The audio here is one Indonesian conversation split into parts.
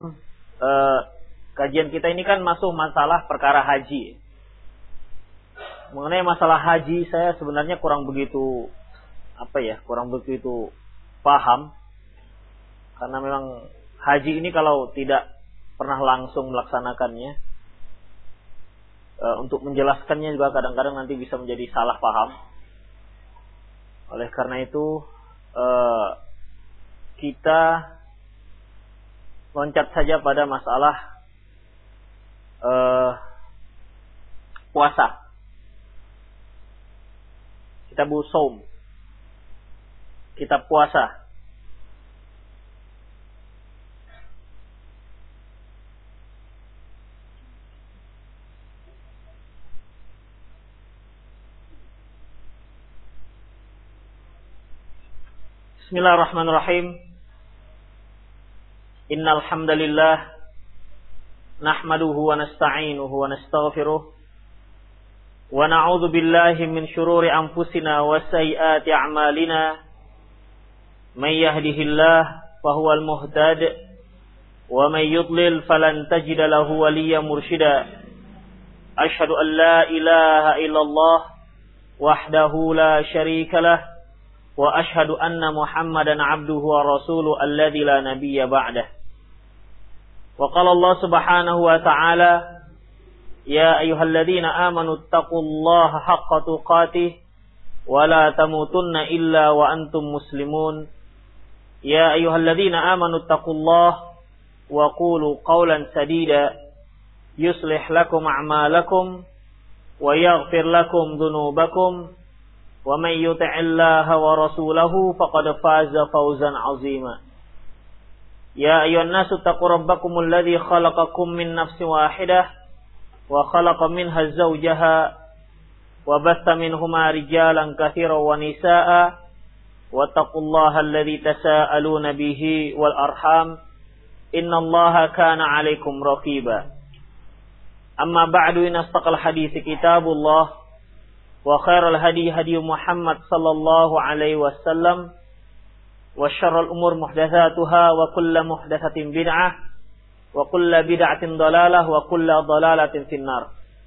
Kajian kita ini kan masuk masalah perkara haji. Mengenai masalah haji saya sebenarnya kurang begitu paham. Karena memang haji ini kalau tidak pernah langsung melaksanakannya, untuk menjelaskannya juga kadang-kadang nanti bisa menjadi salah paham. Oleh karena itu kita loncat saja pada masalah puasa. Kitab Shaum, kitab puasa. Bismillahirrahmanirrahim. Innal hamdalillah nahmaduhu wa nasta'inuhu wa nastaghfiruh wa na'udzu billahi min shururi anfusina wa sayyiati a'malina. May yahdihillahu fahuwal muhtad wa may yudlil falan tajida lahu waliyyan mursyida. Asyhadu an la ilaha illallah wahdahu la syarika lah wa asyhadu anna Muhammadan abduhu wa rasuluhu alladzi la nabiyya ba'dah. Wa qala Allah subhanahu wa ta'ala, ya ayyuhalladzina amanu taqullaha haqqa tuqatih wa la tamutunna illa wa antum muslimun. Ya ayyuhalladzina amanu taqullaha wa qulu qawlan sadida yuslih lakum a'malakum wa yaghfir lakum dhunubakum wa may yuti'illaha wa rasulahu faqad faza fawzan 'azima. Ya ayyuhan nasu taqu rabbakumul ladzi khalaqakum min nafsin wahidah wa khalaqa minha zawjaha wa batha minhuma rijalan katsiran wa nisaa'a wattaqullaha alladzi tasaaluna bihi wal arham innallaha kana 'alaikum raqiba. Amma ba'du, inastaqal hadithi kitabullah wa khairal hadi hadi Muhammad sallallahu alaihi wasallam wa syarrul umur muhdatsatuha wa kullu muhdatsatin bid'ah wa kullu bid'atin dhalalah wa kullu dhalalatin finnar.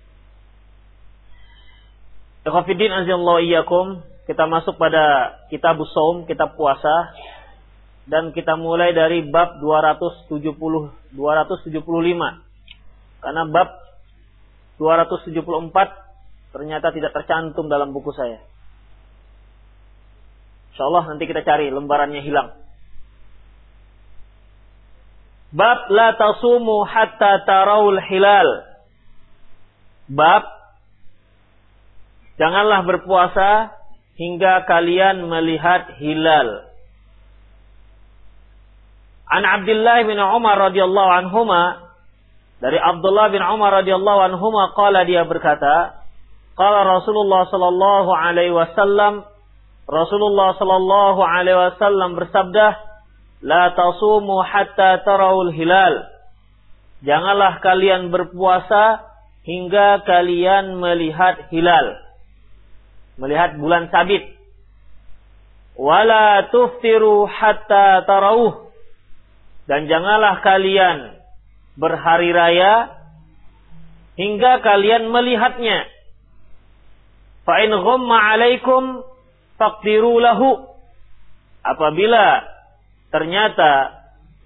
Ikhwatiddin azallahu iyyakum, kita masuk pada kitab Shaum, kitab puasa, dan kita mulai dari bab 275. Karena bab 274 ternyata tidak tercantum dalam buku saya. Insyaallah nanti kita cari, lembarannya hilang. Bab la tasumu hatta tarawul hilal. Bab janganlah berpuasa hingga kalian melihat hilal. An Abdullah bin Umar radhiyallahu anhuma, dari Abdullah bin Umar radhiyallahu anhuma qala, dia berkata, qala Rasulullah sallallahu alaihi wasallam, Rasulullah sallallahu alaihi wasallam bersabda, la tasumu hatta tarawul hilal. Janganlah kalian berpuasa hingga kalian melihat hilal, melihat bulan sabit. Wala tuftiru hatta tarawuh. Dan janganlah kalian berhari raya hingga kalian melihatnya. Fa in ghamma 'alaikum faqdiru lahu. Apabila ternyata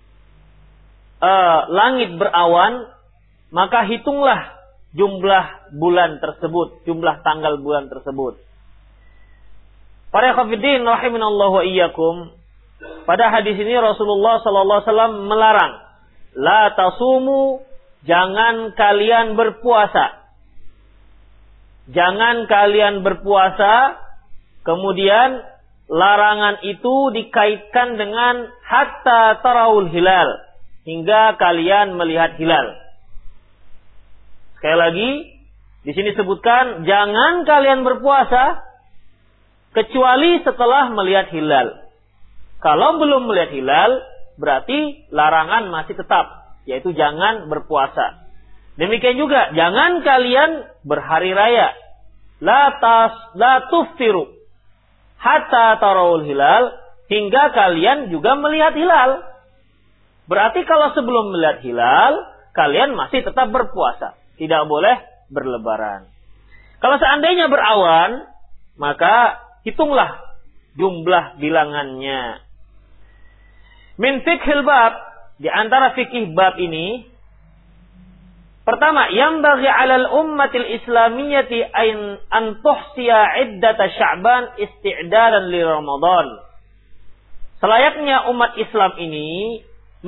langit berawan, maka hitunglah jumlah bulan tersebut, jumlah tanggal bulan tersebut. Para ikhwatiddin rahimanallahu wa iyyakum, pada hadis ini Rasulullah sallallahu alaihi wasallam melarang, la tasumu, jangan kalian berpuasa. Jangan kalian berpuasa, kemudian larangan itu dikaitkan dengan hatta tarawul hilal, hingga kalian melihat hilal. Sekali lagi, di sini sebutkan jangan kalian berpuasa kecuali setelah melihat hilal. Kalau belum melihat hilal, berarti larangan masih tetap, yaitu jangan berpuasa. Demikian juga jangan kalian berhari raya. La tuftiru hatta tarawul hilal, hingga kalian juga melihat hilal. Berarti kalau sebelum melihat hilal, kalian masih tetap berpuasa. Tidak boleh berlebaran. Kalau seandainya berawan, maka hitunglah jumlah bilangannya. Min fiqhil bab, di antara fikih bab ini, pertama, yang bagi alal ummatil islamiyyati an tuhsiya iddata Sya'ban isti'dadan li Ramadan. Selayaknya umat Islam ini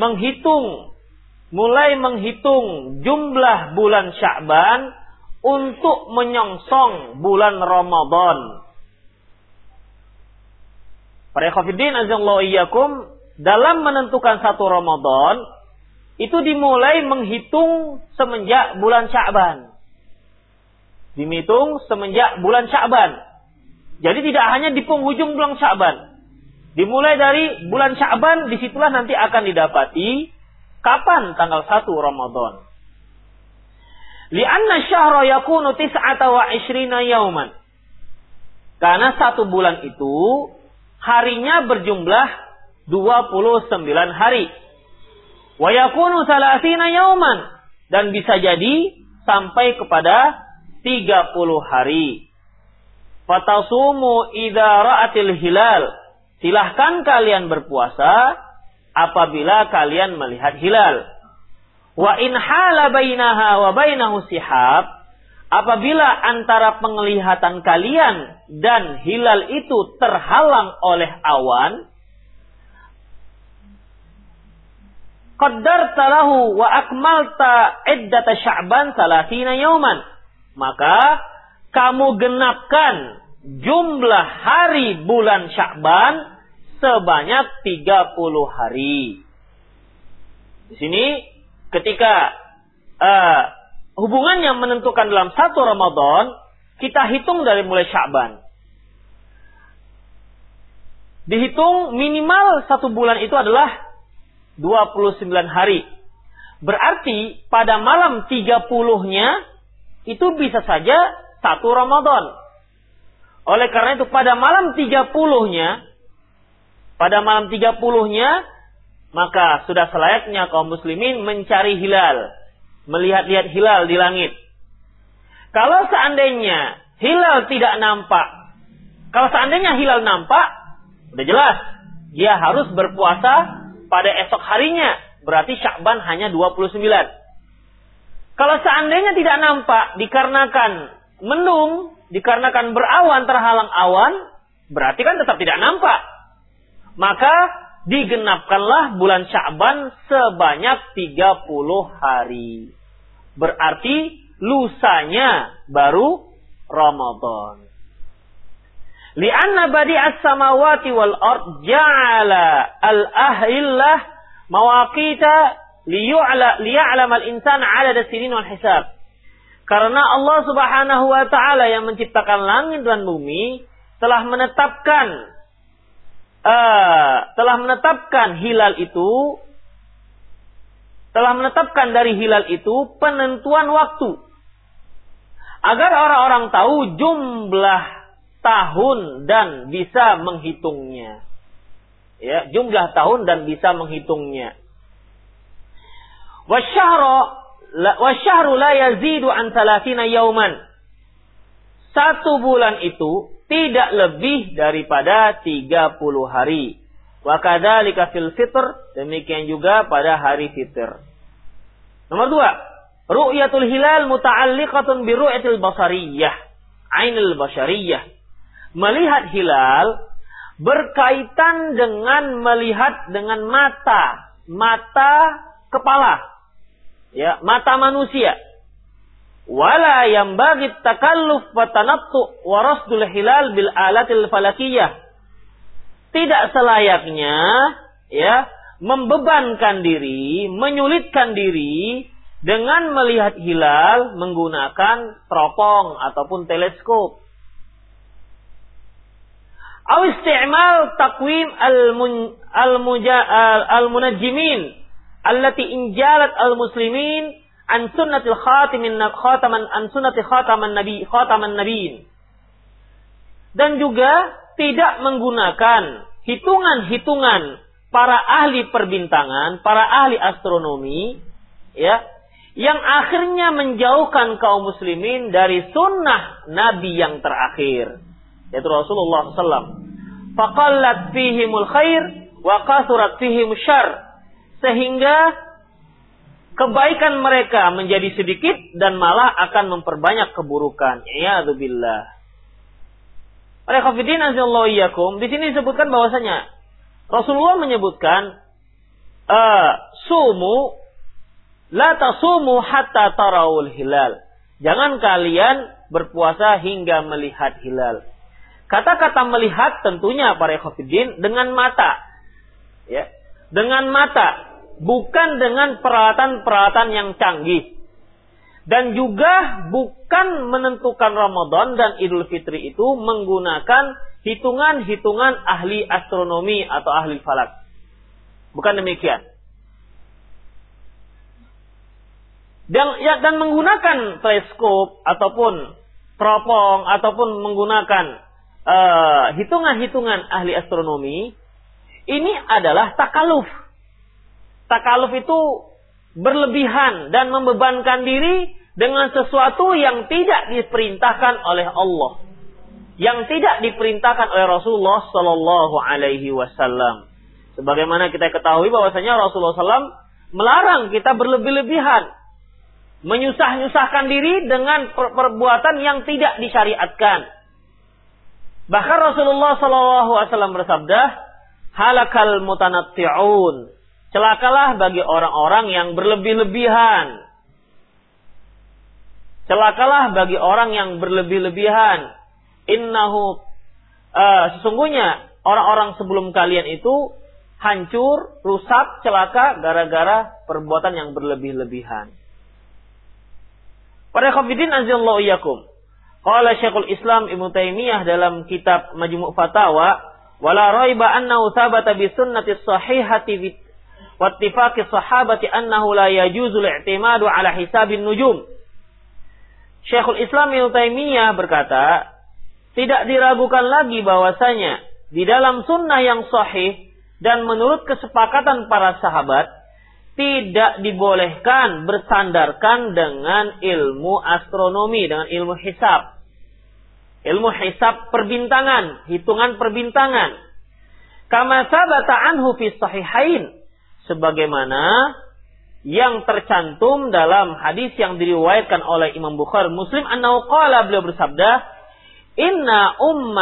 mulai menghitung jumlah bulan Sya'ban untuk menyongsong bulan Ramadan. Para ikhwatiddin azallahu iyyakum, dalam menentukan satu Ramadan itu dimulai menghitung semenjak bulan Sya'ban. Dihitung semenjak bulan Sya'ban. Jadi tidak hanya di penghujung bulan Sya'ban. Dimulai dari bulan Sya'ban, disitulah nanti akan didapati kapan tanggal 1 Ramadan. Li'anna syahra yakunu tis'ata wa ishrina yauman. Karena satu bulan itu harinya berjumlah 29 hari. Wa yakunu salasina yauman. Dan bisa jadi sampai kepada 30 hari. Fatasumu idza ra'atil hilal. Silahkan kalian berpuasa apabila kalian melihat hilal. Wa in hala bainaha wa bainahu sihab, apabila antara penglihatan kalian dan hilal itu terhalang oleh awan, qaddarta lahu wa akmalta iddata Sya'ban 30 yauman, maka kamu genapkan jumlah hari bulan Sya'ban sebanyak 30 hari. Di sini ketika hubungannya menentukan dalam satu Ramadan, kita hitung dari mulai Sya'ban. Dihitung minimal satu bulan itu adalah 29 hari. Berarti pada malam 30-nya itu bisa saja satu Ramadan. Oleh karena itu pada malam 30-nya, maka sudah selayaknya kaum muslimin mencari hilal. Melihat-lihat hilal di langit. Kalau seandainya hilal tidak nampak. Kalau seandainya hilal nampak, udah jelas. Dia harus berpuasa pada esok harinya. Berarti Sya'ban hanya 29. Kalau seandainya tidak nampak, dikarenakan mendung, dikarenakan berawan, terhalang awan, berarti kan tetap tidak nampak. Maka digenapkanlah bulan Sya'ban sebanyak 30 hari. Berarti lusanya baru Ramadan. Li'anna badi'as samawati wal ard ja'ala al-ahillah mawaqita liya'lama al-insan 'adada sinin wal hisab. Karena Allah Subhanahu wa taala yang menciptakan langit dan bumi telah menetapkan dari hilal itu penentuan waktu agar orang-orang tahu jumlah tahun dan bisa menghitungnya. Ya, jumlah tahun dan bisa menghitungnya. Wasyahru la yazidu an 30 yauman. Satu bulan itu tidak lebih daripada 30 hari. Wa kadzalika fil fitr, demikian juga pada hari fitr. Nomor 2, ru'yatul hilal muta'alliqatun bi ru'yatil basariyah, ainul basariyah. Melihat hilal berkaitan dengan melihat dengan mata kepala. Ya, mata manusia. Wala yanbaghi takalluf wa tanattu wa rasdul hilal bil alatil falakiyah. Tidak selayaknya ya membebankan diri, menyulitkan diri dengan melihat hilal menggunakan teropong ataupun teleskop. Aw isti'mal taqwim al-munajjimin allati injalat al-muslimin an sunnatil khataman nabiyyin. Dan juga tidak menggunakan hitungan-hitungan para ahli perbintangan, para ahli astronomi, ya, yang akhirnya menjauhkan kaum muslimin dari sunnah Nabi yang terakhir, yaitu Rasulullah SAW. Faqallat fihimul khair wa kathurat fihimul syarr. Sehingga kebaikan mereka menjadi sedikit dan malah akan memperbanyak keburukan. Iyadzubillah. Para khafidin azallahu iyyakum, di sini disebutkan bahwasanya Rasulullah menyebutkan sumu la tasumu hatta tarawul hilal. Jangan kalian berpuasa hingga melihat hilal. Kata-kata melihat tentunya para khafidin dengan mata. Ya, dengan mata. Bukan dengan peralatan-peralatan yang canggih. Dan juga bukan menentukan Ramadan dan Idul Fitri itu menggunakan hitungan-hitungan ahli astronomi atau ahli falak. Bukan demikian. Dan menggunakan teleskop ataupun teropong ataupun menggunakan hitungan-hitungan ahli astronomi, ini adalah takaluf. Takaluf itu berlebihan dan membebankan diri dengan sesuatu yang tidak diperintahkan oleh Allah, yang tidak diperintahkan oleh Rasulullah Sallallahu Alaihi Wasallam. Sebagaimana kita ketahui bahwasanya Rasulullah SAW melarang kita berlebih-lebihan, menyusah-nyusahkan diri dengan perbuatan yang tidak disyariatkan. Bahkan Rasulullah Sallallahu Alaihi Wasallam bersabda, halakal mutanatti'un. Celakalah bagi orang-orang yang berlebih-lebihan. Celakalah bagi orang yang berlebih-lebihan. Sesungguhnya orang-orang sebelum kalian itu hancur, rusak, celaka gara-gara perbuatan yang berlebih-lebihan. Para khafidin azallahu iyyakum. Qala Syekhul Islam Ibnu Taimiyah dalam kitab Majmu' Fatawa, wala raiba annahu thabata bi sunnati sahihati wattifaqi sahabati annahu la yajuzu al-i'timadu ala hisabin nujum. Syekhul Islam Ibnu Taimiyah berkata, tidak diragukan lagi bahwasanya di dalam sunnah yang sahih dan menurut kesepakatan para sahabat tidak dibolehkan bersandarkan dengan ilmu astronomi, dengan ilmu hisab. Ilmu hisab perbintangan, hitungan perbintangan. Kama sabata anhu fi sahihain. Sebagaimana yang tercantum dalam hadis yang diriwayatkan oleh Imam Bukhari Muslim, annahu qala, beliau bersabda, inna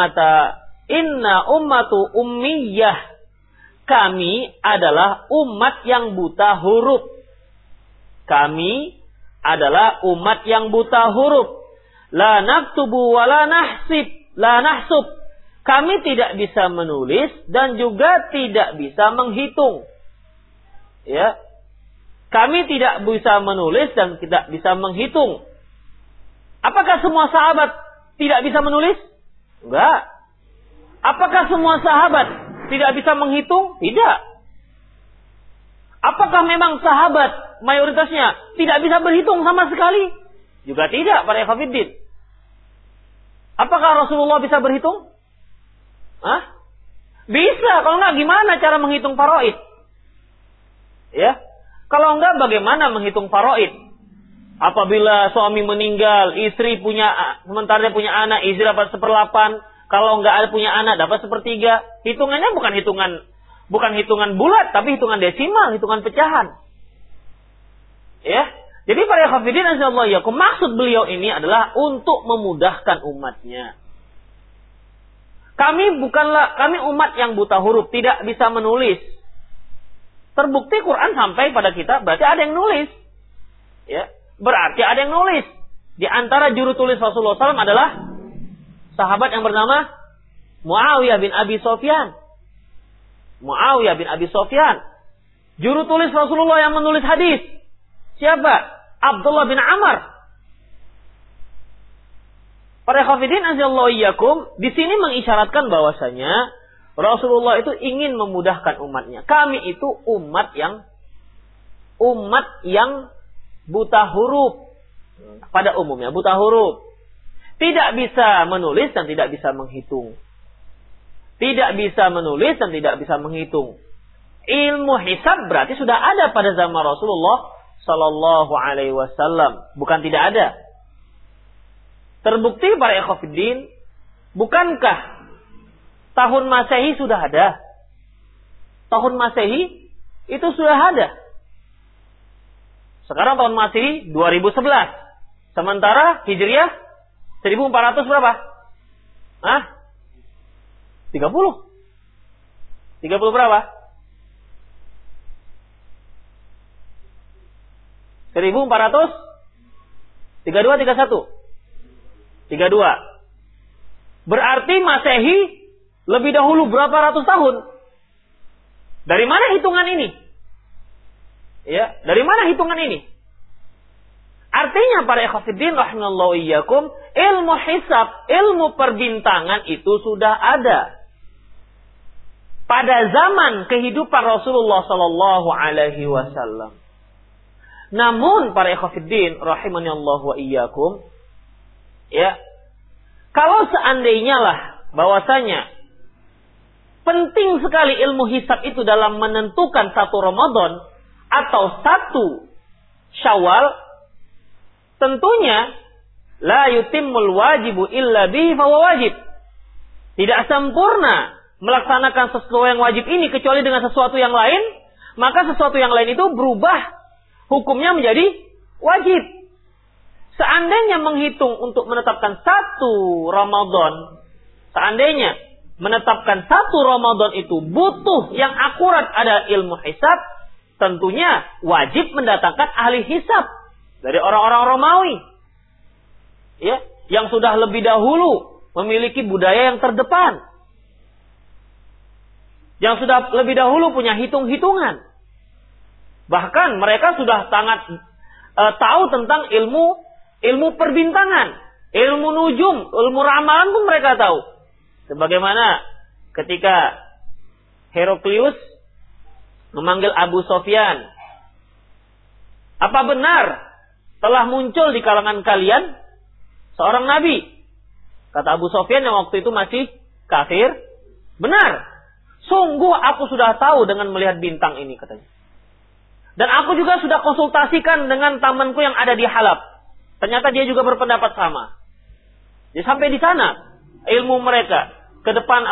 ummatu ummiyah. Kami adalah umat yang buta huruf. Kami adalah umat yang buta huruf. La naktubu wa la nahsub. Kami tidak bisa menulis dan juga tidak bisa menghitung. Ya. Kami tidak bisa menulis dan tidak bisa menghitung. Apakah semua sahabat tidak bisa menulis? Enggak. Apakah semua sahabat tidak bisa menghitung? Tidak. Apakah memang sahabat mayoritasnya tidak bisa berhitung sama sekali? Juga tidak, para ikhwatiddin. Apakah Rasulullah bisa berhitung? Hah? Bisa, kalau enggak gimana cara menghitung faraid? Ya. Kalau enggak bagaimana menghitung faraid? Apabila suami meninggal, istri sementara dia punya anak, istri dapat 1/8. Kalau enggak ada punya anak, dapat 1/3. Hitungannya bukan hitungan bulat, tapi hitungan desimal, hitungan pecahan. Ya. Jadi para khafidin azallahu iyyakum, maksud beliau ini adalah untuk memudahkan umatnya. Kami umat yang buta huruf, tidak bisa menulis. Terbukti Quran sampai pada kita, berarti ada yang nulis. Ya, berarti ada yang nulis. Di antara juru tulis Rasulullah SAW adalah sahabat yang bernama Muawiyah bin Abi Sufyan. Muawiyah bin Abi Sufyan. Juru tulis Rasulullah yang menulis hadis. Siapa? Abdullah bin Amr. Para khafidin azallahu iyyakum, di sini mengisyaratkan bahwasanya Rasulullah itu ingin memudahkan umatnya. Kami itu umat yang buta huruf. Pada umumnya buta huruf. Tidak bisa menulis dan tidak bisa menghitung. Tidak bisa menulis dan tidak bisa menghitung. ilmu hisab berarti sudah ada pada zaman Rasulullah sallallahu alaihi wasallam, bukan tidak ada. Terbukti para ikhwatiddin, bukankah tahun Masehi sudah ada? Tahun Masehi itu sudah ada. Sekarang tahun Masehi 2011. Sementara Hijriah 1400 berapa? 30 berapa? 1400 32 Berarti Masehi lebih dahulu berapa ratus tahun? Dari mana hitungan ini? Ya, dari mana hitungan ini? Artinya para ikhwatiddin rahimallahu iyyakum, ilmu hisab, ilmu perbintangan itu sudah ada pada zaman kehidupan Rasulullah sallallahu alaihi wasallam. Namun para ikhwatiddin rahimanallahu wa iyyakum, ya, kalau seandainya lah bahwasanya penting sekali ilmu hisab itu dalam menentukan satu Ramadan atau satu Syawal, tentunya la yutimmul wajibu illa bihi fa wajib. Tidak sempurna melaksanakan sesuatu yang wajib ini kecuali dengan sesuatu yang lain, maka sesuatu yang lain itu berubah hukumnya menjadi wajib. Seandainya menghitung untuk menetapkan satu Ramadan, seandainya menetapkan satu Ramadan itu butuh yang akurat ada ilmu hisab, tentunya wajib mendatangkan ahli hisab dari orang-orang Romawi, ya, yang sudah lebih dahulu memiliki budaya yang terdepan, yang sudah lebih dahulu punya hitung-hitungan. Bahkan mereka sudah sangat tahu tentang ilmu perbintangan, ilmu nujum, ilmu ramalan pun mereka tahu. Sebagaimana ketika Heraklius memanggil Abu Sofyan, apa benar telah muncul di kalangan kalian seorang nabi? Kata Abu Sofyan yang waktu itu masih kafir, benar. Sungguh aku sudah tahu dengan melihat bintang ini, katanya. Dan aku juga sudah konsultasikan dengan tamanku yang ada di Halab. Ternyata dia juga berpendapat sama. Jadi sampai di sana ilmu mereka, ke depan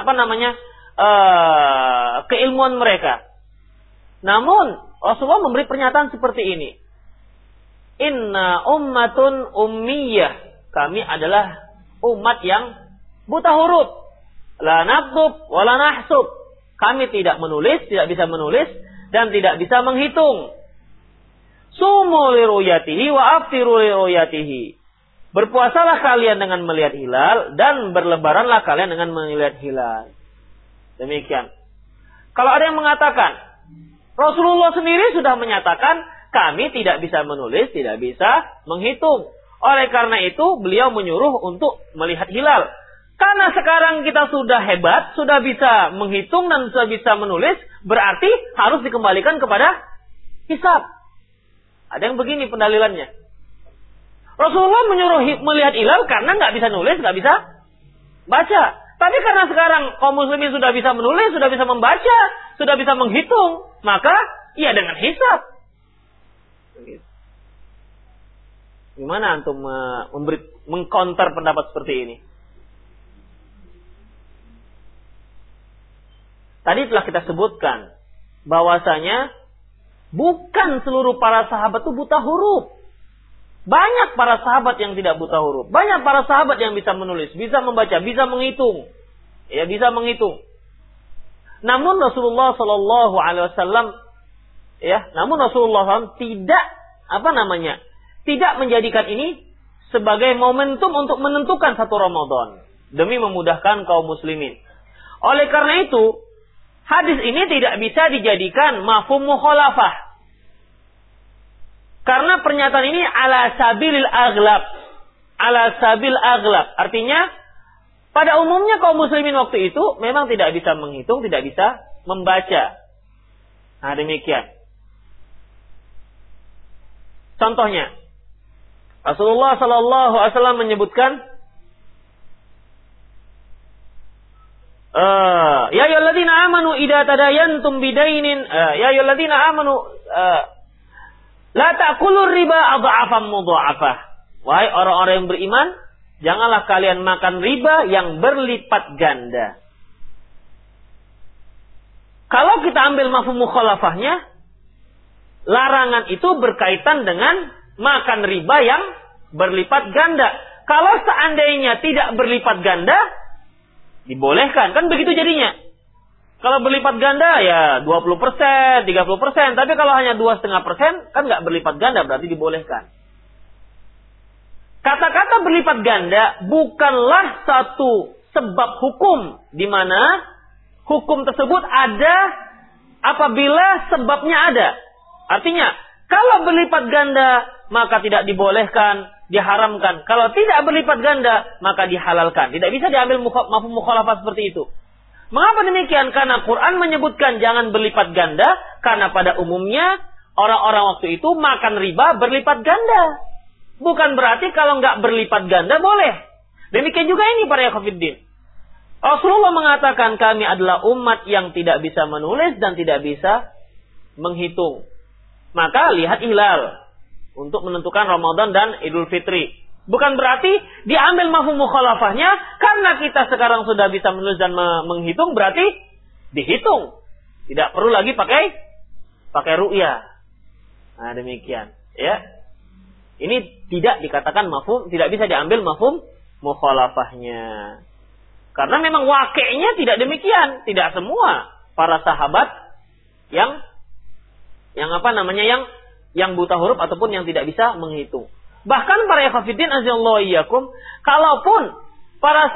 keilmuan mereka. Namun Rasulullah memberi pernyataan seperti ini. Inna ummatun ummiyah. Kami adalah umat yang buta huruf. La naktub wa la nahsub. Kami tidak menulis, tidak bisa menulis, dan tidak bisa menghitung. Sumu li ru'yatihi wa aftiru li ru'yatihi. Berpuasalah kalian dengan melihat hilal, dan berlebaranlah kalian dengan melihat hilal. Demikian. Kalau ada yang mengatakan, Rasulullah sendiri sudah menyatakan, kami tidak bisa menulis, tidak bisa menghitung. Oleh karena itu, beliau menyuruh untuk melihat hilal. Karena sekarang kita sudah hebat, sudah bisa menghitung dan sudah bisa menulis, berarti harus dikembalikan kepada hisab. Ada yang begini pendalilannya. Rasulullah menyuruh melihat hilal karena nggak bisa nulis, nggak bisa baca. Tapi karena sekarang kaum muslimin sudah bisa menulis, sudah bisa membaca, sudah bisa menghitung, maka iya dengan hisab. Gimana antum mengcounter pendapat seperti ini? Tadi telah kita sebutkan bahwasanya bukan seluruh para sahabat itu buta huruf. Banyak para sahabat yang tidak buta huruf. Banyak para sahabat yang bisa menulis, bisa membaca, bisa menghitung. Ya, bisa menghitung. Namun Rasulullah sallallahu alaihi wasallam tidak menjadikan ini sebagai momentum untuk menentukan satu Ramadan demi memudahkan kaum muslimin. Oleh karena itu, hadis ini tidak bisa dijadikan mafhum mukhalafah. Karena pernyataan ini ala sabilil aghlab. Ala sabil aghlab. Artinya, pada umumnya kaum muslimin waktu itu memang tidak bisa menghitung, tidak bisa membaca. Nah, demikian. Contohnya, Rasulullah sallallahu alaihi wasallam menyebutkan Ya ayyuhalladzina amanu idza tadayantum bidainin ya ayyuhalladzina amanu la ta'kulur riba adha'afan mudha'afah. Wahai orang-orang yang beriman, janganlah kalian makan riba yang berlipat ganda. Kalau kita ambil mafhum mukhalafahnya, larangan itu berkaitan dengan makan riba yang berlipat ganda. Kalau seandainya tidak berlipat ganda, dibolehkan. Kan begitu jadinya. Kalau berlipat ganda ya 20%, 30%. Tapi kalau hanya 2,5% kan nggak berlipat ganda, berarti dibolehkan. Kata-kata berlipat ganda bukanlah satu sebab hukum di mana hukum tersebut ada apabila sebabnya ada. Artinya, kalau berlipat ganda maka tidak dibolehkan, diharamkan. Kalau tidak berlipat ganda maka dihalalkan. Tidak bisa diambil mafhum mukhalafah seperti itu. Mengapa demikian? Karena Quran menyebutkan jangan berlipat ganda, karena pada umumnya orang-orang waktu itu makan riba berlipat ganda. Bukan berarti kalau nggak berlipat ganda boleh. Demikian juga ini para ikhwatiddin. Rasulullah mengatakan kami adalah umat yang tidak bisa menulis dan tidak bisa menghitung. Maka lihat hilal untuk menentukan Ramadan dan Idul Fitri. Bukan berarti diambil mafhum mukhalafahnya karena kita sekarang sudah bisa menulis dan menghitung berarti dihitung. Tidak perlu lagi pakai ru'yah. Nah, demikian, ya. Ini tidak dikatakan mafhum, tidak bisa diambil mafhum mukhalafahnya. Karena memang waqi'nya tidak demikian. Tidak semua para sahabat yang buta huruf ataupun yang tidak bisa menghitung. Bahkan para ikhwatiddin azallahu iyyakum, kalaupun para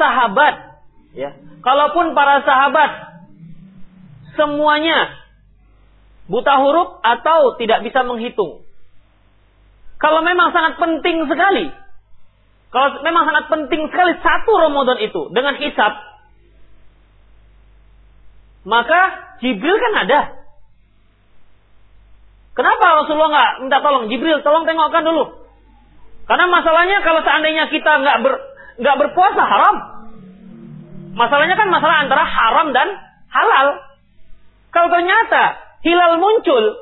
sahabat semuanya buta huruf atau tidak bisa menghitung. Kalau memang sangat penting sekali satu Ramadan itu dengan hisab, maka Jibril kan ada. Kenapa Rasulullah nggak minta tolong Jibril, tolong tengokkan dulu? Karena masalahnya kalau seandainya kita nggak berpuasa haram. Masalahnya kan masalah antara haram dan halal. Kalau ternyata hilal muncul,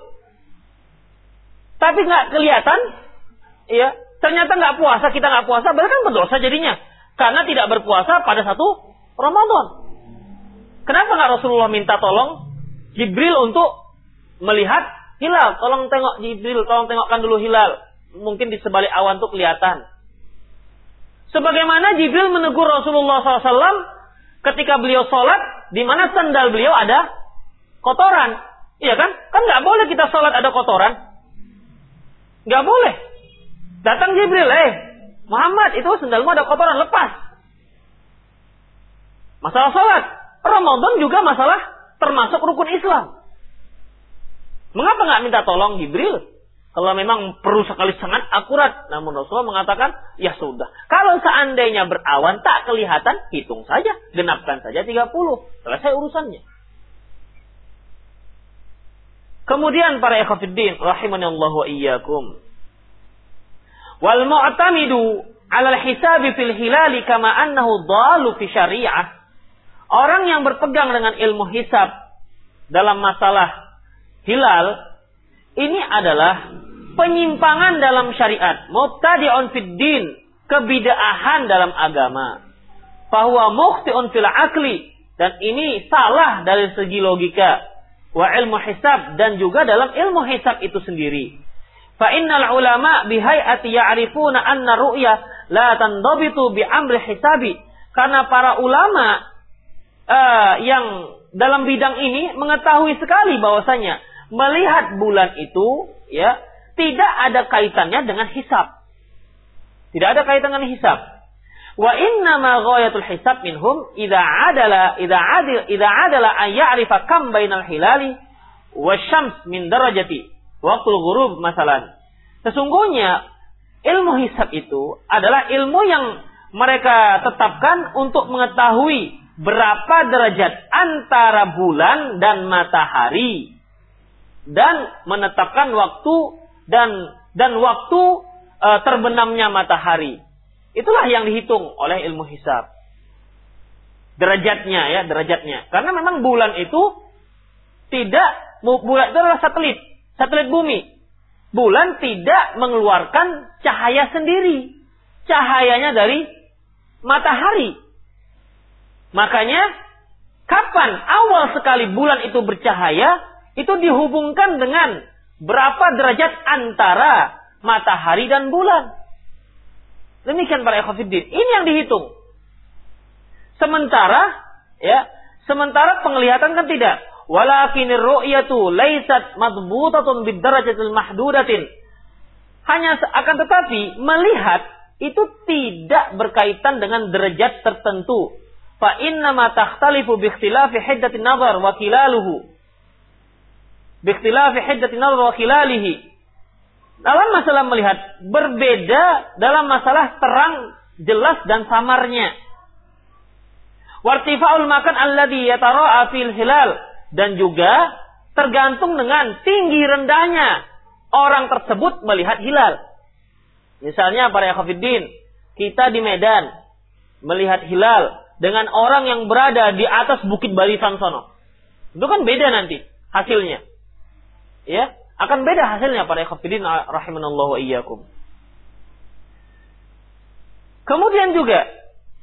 tapi nggak kelihatan, ya ternyata kita nggak puasa, berarti kan berdosa jadinya. Karena tidak berpuasa pada satu Ramadan. Kenapa nggak Rasulullah minta tolong Jibril untuk melihat hilal? Tolong tengok Jibril, tolong tengokkan dulu hilal. Mungkin di sebalik awan itu kelihatan. Sebagaimana Jibril menegur Rasulullah SAW ketika beliau sholat, di mana sandal beliau ada kotoran. Iya kan? Kan nggak boleh kita sholat ada kotoran. Nggak boleh. Datang Jibril, Muhammad, itu sandalmu ada kotoran, lepas. Masalah sholat. Ramadan juga masalah termasuk rukun Islam. Mengapa nggak minta tolong Jibril? Kalau memang perlu sekali sangat akurat. Namun Rasulullah mengatakan, ya sudah. Kalau seandainya berawan tak kelihatan, hitung saja. Genapkan saja 30. Selesai urusannya. Kemudian para ikhwatiddin, rahimanallahu wa iyyakum. Wal mu'tamidu 'ala al-hisabi fil hilali kama annahu dhalu fi syari'ah. Orang yang berpegang dengan ilmu hisab dalam masalah hilal, ini adalah penyimpangan dalam syariat. Mubtadi'un fid din, kebid'ahan dalam agama. Fahuwa mukhti'un fil aqli, dan ini salah dari segi logika. Wa ilmu hisab, dan juga dalam ilmu hisab itu sendiri. Fa innal ulama bihayati ya'rifuna anna ru'ya la tandabitu bi amri hisabi. Karena para ulama yang dalam bidang ini mengetahui sekali bahwasanya melihat bulan itu ya tidak ada kaitannya dengan hisab. Tidak ada kaitan dengan hisab. Wa inna ma ghayatul hisab minhum idza adala an ya'rifa kam bainal hilali wasyams min darajati waqtul ghurub masalan. Sesungguhnya ilmu hisab itu adalah ilmu yang mereka tetapkan untuk mengetahui berapa derajat antara bulan dan matahari dan menetapkan waktu dan waktu terbenamnya matahari. Itulah yang dihitung oleh ilmu hisab. derajatnya. Karena memang bulan itu bulan itu adalah satelit bumi. Bulan tidak mengeluarkan cahaya sendiri. Cahayanya dari matahari. Makanya kapan awal sekali bulan itu bercahaya, itu dihubungkan dengan berapa derajat antara matahari dan bulan. Demikian para ikhwatiddin. Ini yang dihitung. Sementara penglihatan kan tidak. Walakinir ru'yatu laysat madbutatun bidarajatil mahdudatin. Hanya akan tetapi melihat itu tidak berkaitan dengan derajat tertentu. Fa inna ma takhtalifu bi ikhtilafi hiddatin nazar wa khilaluhu. Bi ikhtilafi hiddatin nazar wa khilalihi. Dalam masalah melihat berbeda dalam masalah terang, jelas dan samarnya. Wartifa'ul makan alladhi yatara'a fil hilal. Dan juga tergantung dengan tinggi rendahnya orang tersebut melihat hilal. Misalnya para ikhwatiddin, kita di Medan melihat hilal dengan orang yang berada di atas Bukit Barisan sono. Itu kan beda nanti hasilnya. Ya, akan beda hasilnya para ikhwatiddin rahimanallahu wa iyyakum. Kemudian juga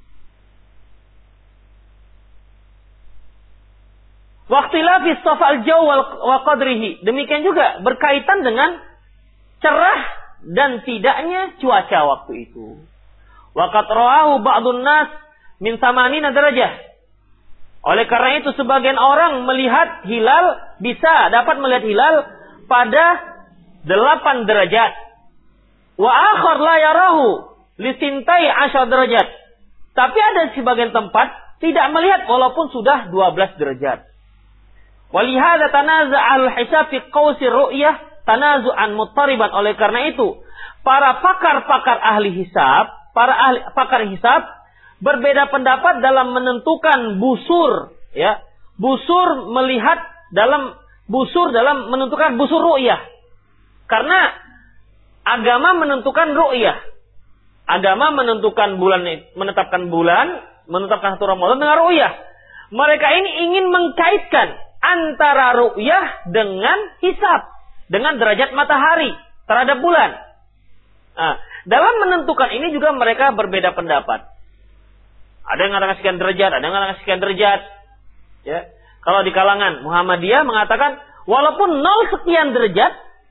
waqtilafis safal jaw wa qadrihi. Demikian juga berkaitan dengan cerah dan tidaknya cuaca waktu itu. Wa qad ra'ahu ba'dun nas min 80 derajah. Oleh karena itu sebagian orang melihat hilal, dapat melihat hilal pada 8 derajat. Wa akhar la yarahu li 12 derajat. Tapi ada sebagian tempat tidak melihat walaupun sudah 12 derajat. Walihada tanaza'al hisab fi qawsi ru'yah tanazu'an muttariban. Oleh karena itu, para pakar-pakar ahli hisab, pakar hisab berbeda pendapat dalam menentukan busur, ya. Busur dalam menentukan busur ru'yah. Karena agama menentukan ru'yah. Agama menentukan menetapkan bulan, menetapkan satu Ramadan dengan ru'yah. Mereka ini ingin mengkaitkan antara ru'yah dengan hisab, dengan derajat matahari terhadap bulan. Nah, dalam menentukan ini juga mereka berbeda pendapat. Ada yang mengatakan sekian derajat, ada yang mengatakan sekian derajat. Ya. Kalau di kalangan Muhammadiyah mengatakan walaupun 0 sekian derajat,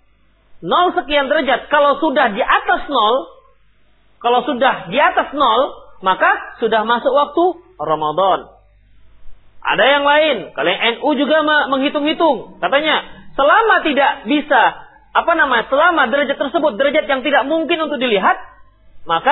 kalau sudah di atas 0, maka sudah masuk waktu Ramadan. Ada yang lain, kalau yang NU juga menghitung-hitung. Katanya, selama tidak bisa, selama derajat tersebut, derajat yang tidak mungkin untuk dilihat, maka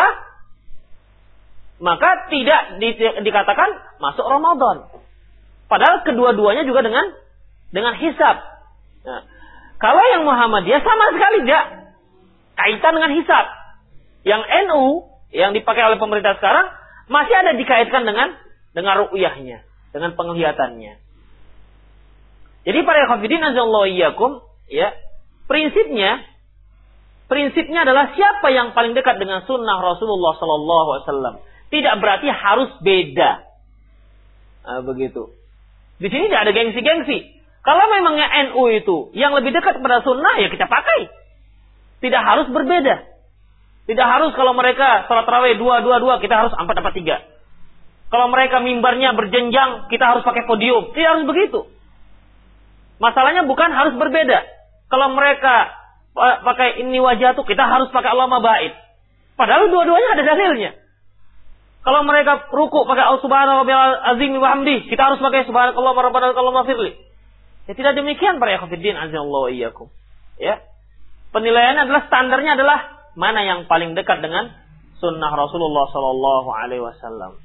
tidak dikatakan masuk Ramadan. Padahal kedua-duanya juga dengan hisab. Nah, kalau yang Muhammadiyah sama sekali tidak kaitan dengan hisab. Yang NU, yang dipakai oleh pemerintah sekarang, masih ada dikaitkan dengan ru'yahnya, dengan penglihatannya. Jadi para ikhwatiddin azallahu iyyakum, ya, prinsipnya adalah siapa yang paling dekat dengan sunnah Rasulullah sallallahu alaihi wasallam. Tidak berarti harus beda. Nah, begitu. Di sini tidak ada gengsi-gengsi. Kalau memangnya NU itu yang lebih dekat kepada sunnah, ya kita pakai. Tidak harus berbeda. Tidak harus kalau mereka salat tarawih 2, kita harus 4-4-3. Kalau mereka mimbarnya berjenjang, kita harus pakai podium. Tidak harus begitu. Masalahnya bukan harus berbeda. Kalau mereka pakai ini wajah tuh, kita harus pakai Allahumma ba'id. Padahal dua-duanya ada dalilnya. Kalau mereka ruku pakai subhanallahi azim wa hamdi, kita harus pakai subhanakallah rabbana lakal firli. Ya tidak demikian para ikhwatiddin azallahu iyyakum. Ya. Penilaiannya adalah standarnya adalah mana yang paling dekat dengan sunnah Rasulullah sallallahu alaihi wasallam.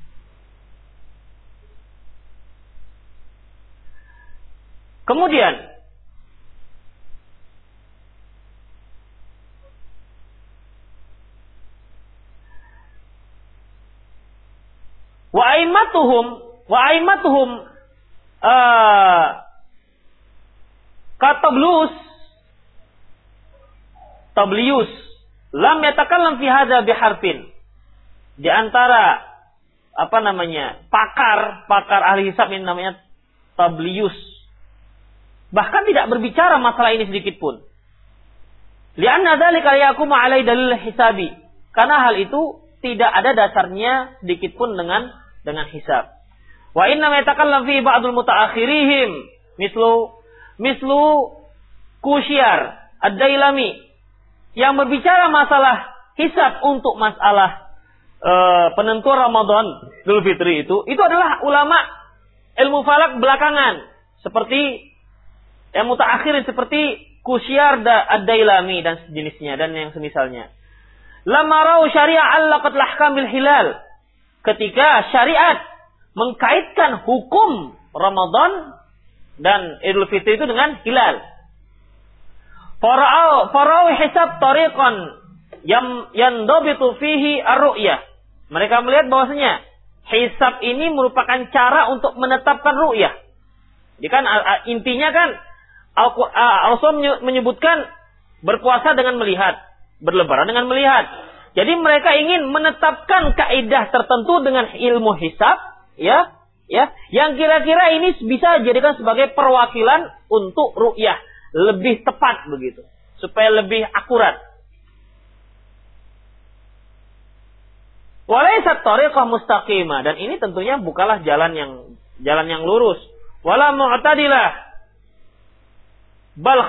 Kemudian wa aimatuhum Tablius lam yatakallam fi hadza biharfin. Di antara pakar ahli hisab ini namanya Tablius. Bahkan tidak berbicara masalah ini sedikit pun. Li'anna dzalika yaqumu 'alai dalil hisabi. Karena hal itu tidak ada dasarnya sedikit pun dengan hisab. Wa inna ma yatakallam fi ba'dul mutaakhirihim mislu Kusyar Ad-Dailami yang berbicara masalah hisab untuk masalah penentuan Ramadan Idul Fitri itu adalah ulama ilmu falak belakangan seperti yang mutaakhirin seperti Kusyar Ad-Dailami dan sejenisnya dan yang semisalnya. Lamma ra'u syari'a allaqat lahkamil hilal. Ketika syariat mengkaitkan hukum Ramadan dan Idul Fitri itu dengan hilal. Fara'u hisab tariqan yandabitu fihi ar-ru'yah. Mereka melihat bahwasanya hisab ini merupakan cara untuk menetapkan ru'yah. Jadi kan intinya kan Rasul menyebutkan berpuasa dengan melihat, berlebaran dengan melihat. Jadi mereka ingin menetapkan kaidah tertentu dengan ilmu hisab, ya, yang kira-kira ini bisa dijadikan sebagai perwakilan untuk ru'yah, lebih tepat begitu, supaya lebih akurat. Walaysat tariqah mustaqimah, dan ini tentunya bukanlah jalan yang lurus. Wala mu'tadilah. Bal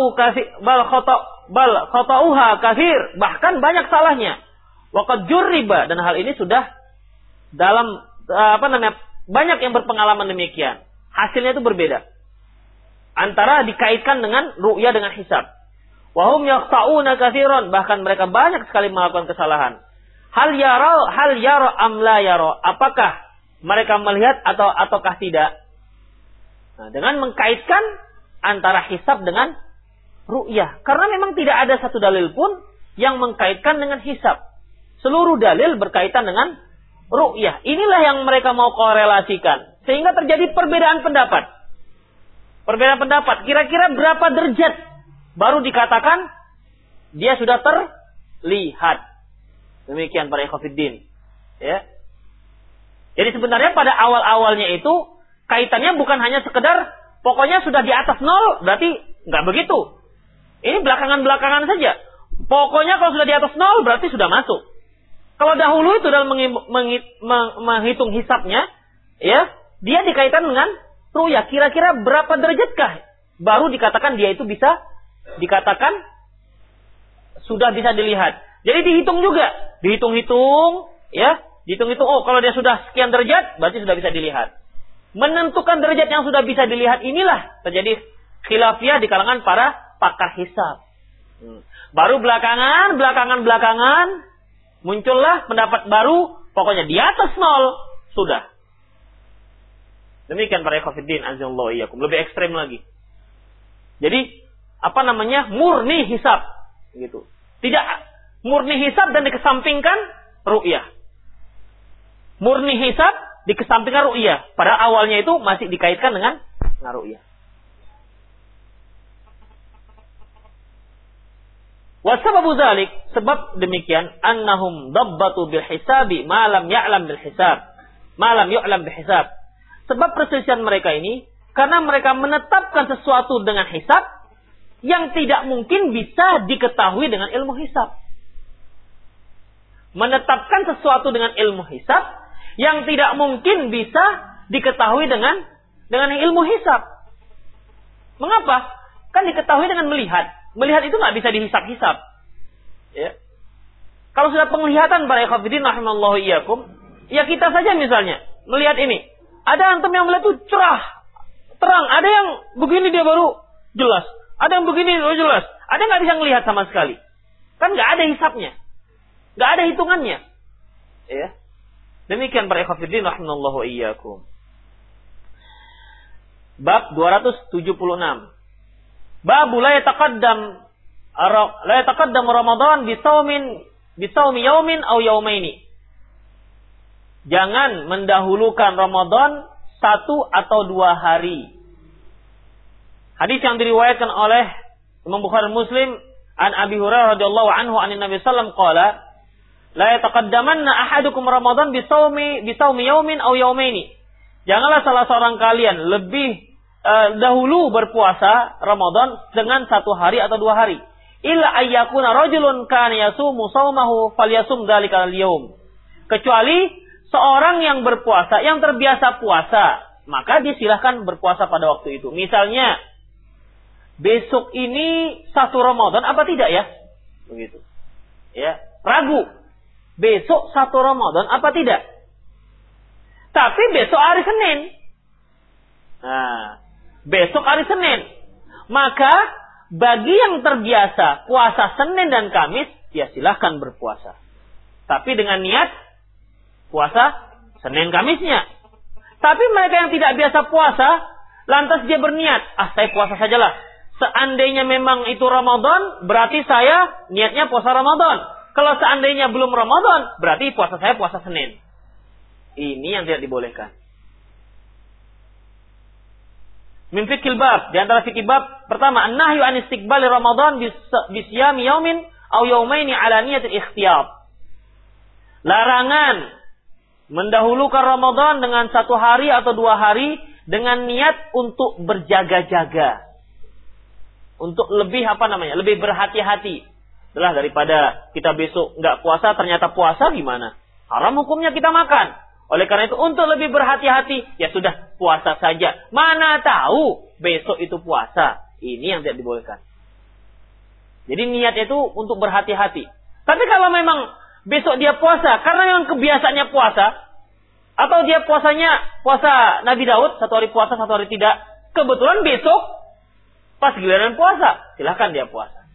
khata'uha katsir, bahkan banyak salahnya. Waqad jurriba, dan hal ini sudah dalam banyak yang berpengalaman demikian. Hasilnya itu berbeda. Antara dikaitkan dengan ru'ya dengan hisab. Wa hum yaqta'una katsiran, bahkan mereka banyak sekali melakukan kesalahan. Hal yara am la yara, apakah mereka melihat ataukah tidak? Nah, dengan mengkaitkan antara hisab dengan ru'yah. Karena memang tidak ada satu dalil pun yang mengkaitkan dengan hisab. Seluruh dalil berkaitan dengan ru'yah. Inilah yang mereka mau korelasikan. Sehingga terjadi perbedaan pendapat. Perbedaan pendapat. Kira-kira berapa derajat baru dikatakan dia sudah terlihat. Demikian para ikhwatiddin. Ya. Jadi sebenarnya pada awal-awalnya itu kaitannya bukan hanya sekedar pokoknya sudah di atas 0 berarti nggak begitu. Ini belakangan-belakangan saja. Pokoknya kalau sudah di atas 0 berarti sudah masuk. Kalau dahulu itu dalam menghitung hisabnya, ya, dia dikaitkan dengan ru'yah. Kira-kira berapa derajat baru dikatakan dia itu bisa dikatakan sudah bisa dilihat. Jadi dihitung juga, dihitung-hitung, ya, dihitung-hitung. Oh, kalau dia sudah sekian derajat, berarti sudah bisa dilihat. Menentukan derajat yang sudah bisa dilihat inilah terjadi khilafiyah di kalangan para pakar hisab. Baru belakangan muncullah pendapat baru, pokoknya di atas 0 sudah. Demikian para ikhwatiddin azallahu iyyakum, lebih ekstrem lagi. Jadi murni hisab gitu. Tidak murni hisab dan dikesampingkan ru'yah. Murni hisab dikesampingkan ru'yah. Pada awalnya itu masih dikaitkan dengan ru'yah. Wasababu dzalik, sebab demikian annahum dabbatu bil hisabi ma lam ya'lam bil hisab. Ma lam yu'lam bil hisab. Sebab perselisihan mereka ini karena mereka menetapkan sesuatu dengan hisab yang tidak mungkin bisa diketahui dengan ilmu hisab. Menetapkan sesuatu dengan ilmu hisab yang tidak mungkin bisa diketahui dengan ilmu hisab. Mengapa? Kan diketahui dengan melihat. Melihat itu nggak bisa dihisab-hisab. Ya. Kalau sudah penglihatan para ikhwatiddin rahimallahu iyyakum, ya kita saja misalnya melihat ini. Ada antum yang melihat itu cerah, terang. Ada yang begini dia baru jelas. Ada yang begini baru jelas. Ada nggak bisa melihat sama sekali. Kan nggak ada hisabnya. Nggak ada hitungannya. Ya. Demikian para ikhwatiddin rahimallahu iyyakum. Bab 276. Bab la yataqaddam Ramadan bi shaumi yaumin aw yaumaini. Jangan mendahulukan Ramadan 1 atau 2 hari. Hadis yang diriwayatkan oleh Imam Bukhari Muslim an Abi Hurairah radhiyallahu anhu anin Nabi sallallahu alaihi wasallam qala La yataqaddamanna ahadukum Ramadan bisawmi yaumin aw yaumaini. Janganlah salah seorang kalian lebih dahulu berpuasa Ramadan dengan 1 hari atau 2 hari. Illa ayyakuna rajulun kana yasumu shaumahu falyasum dzalikal yaum. Kecuali seorang yang berpuasa, yang terbiasa puasa, maka disilahkan berpuasa pada waktu itu. Misalnya, besok ini 1 Ramadan apa tidak ya? Begitu. Ya, ragu. Besok 1 Ramadan apa tidak? Tapi besok hari Senin. Nah, besok hari Senin. Maka bagi yang terbiasa puasa Senin dan Kamis, ya silahkan berpuasa. Tapi dengan niat puasa Senin Kamisnya. Tapi mereka yang tidak biasa puasa, lantas dia berniat, saya puasa sajalah. Seandainya memang itu Ramadan, berarti saya niatnya puasa Ramadan. Kalau seandainya belum Ramadan, berarti puasa saya puasa Senin. Ini yang tidak dibolehkan. Min fiqhil bab, di antara fikih bab pertama, an-nahyu an istiqbali Ramadan bisyami yaumin aw yaumaini ala niyatil ikhtiyar. Larangan mendahulukan Ramadan dengan 1 hari atau 2 hari dengan niat untuk berjaga-jaga. Untuk lebih lebih berhati-hati. Setelah daripada kita besok enggak puasa, ternyata puasa gimana? Haram hukumnya kita makan. Oleh karena itu untuk lebih berhati-hati, ya sudah puasa saja. Mana tahu besok itu puasa. Ini yang tidak dibolehkan. Jadi niatnya itu untuk berhati-hati. Tapi kalau memang besok dia puasa, karena memang kebiasaannya puasa, atau dia puasanya puasa Nabi Daud, 1 hari puasa, 1 hari tidak. Kebetulan besok pas giliran puasa, silahkan dia puasa.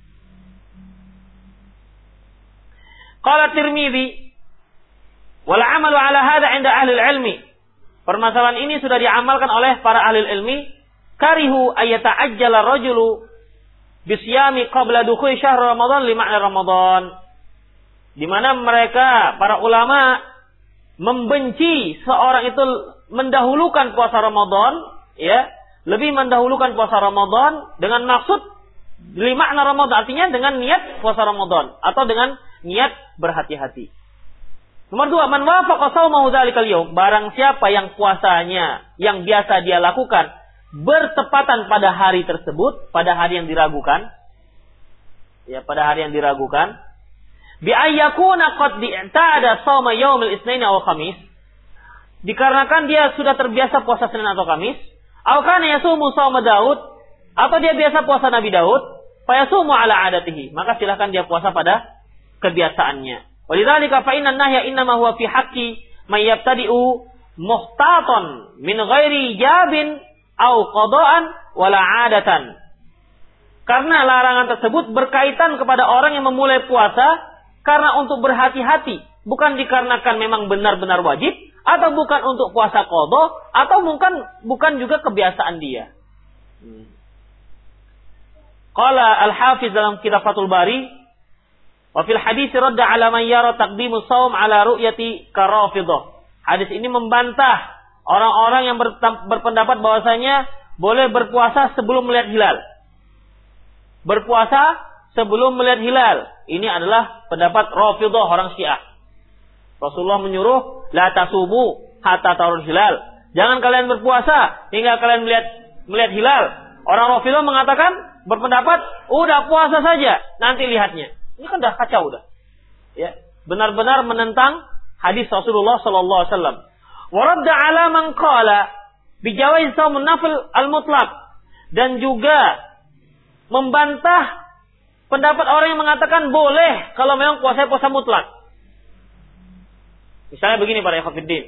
Qala Tirmidzi, wal amalu ala hadza 'inda ahli ilmi. Permasalahan ini sudah diamalkan oleh para ahli ilmi. Karihu ayata'ajjala rajulu bisyami qabla dukhul syahr Ramadan li ma'na Ramadan. Di mana mereka para ulama membenci seorang itu mendahulukan puasa Ramadan, ya, lebih mendahulukan puasa Ramadan dengan maksud li ma'na Ramadan, artinya dengan niat puasa Ramadan atau dengan niat berhati-hati. Nomor 2, man wafaqa shaumahu dzalikal yaum, barang siapa yang puasanya yang biasa dia lakukan bertepatan pada hari tersebut, pada hari yang diragukan. Ya, pada hari yang diragukan. Bi ayyakuna qad i'tada shauma yaumil itsnain aw khamis. Dikarenakan dia sudah terbiasa puasa Senin atau Kamis, aw kana yasumu shauma Daud, atau dia biasa puasa Nabi Daud, fa yasumu ala adatihi, maka silakan dia puasa pada kebiasaannya. Walidzalika fa inna nahya innama huwa fi haqqi may yabtadi'u muhtatan min ghairi ijabin aw qada'an wala 'adatan. Karena larangan tersebut berkaitan kepada orang yang memulai puasa karena untuk berhati-hati, bukan dikarenakan memang benar-benar wajib, atau bukan untuk puasa qada, atau bukan juga kebiasaan dia. Qala Al-Hafiz dalam kitab Fathul Bari, wa fil hadits radda ala man yara taqdimu shaum ala ru'yati karafidah. Hadis ini membantah orang-orang yang berpendapat bahwasanya boleh berpuasa sebelum melihat hilal. Berpuasa sebelum melihat hilal. Ini adalah pendapat Rafidah, orang Syiah. Rasulullah menyuruh la tasumu hatta tarul hilal. Jangan kalian berpuasa hingga kalian melihat hilal. Orang Rafidah mengatakan, berpendapat, udah puasa saja, nanti lihatnya. Ini kan dah kacau dah. Ya, benar-benar menentang hadis Rasulullah sallallahu alaihi wasallam. Wa radda ala man qala bi jawaz shaum nafil al-mutlaq, dan juga membantah pendapat orang yang mengatakan boleh kalau memang puasa mutlak. Misalnya begini para ikhwatiddin.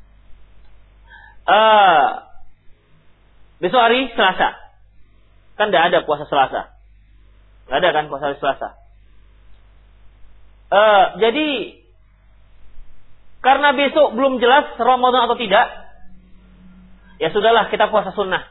Besok hari Selasa. Kan tidak ada puasa Selasa. Tidak ada kan puasa hari Selasa. Jadi karena besok belum jelas Ramadan atau tidak, ya sudahlah kita puasa sunnah.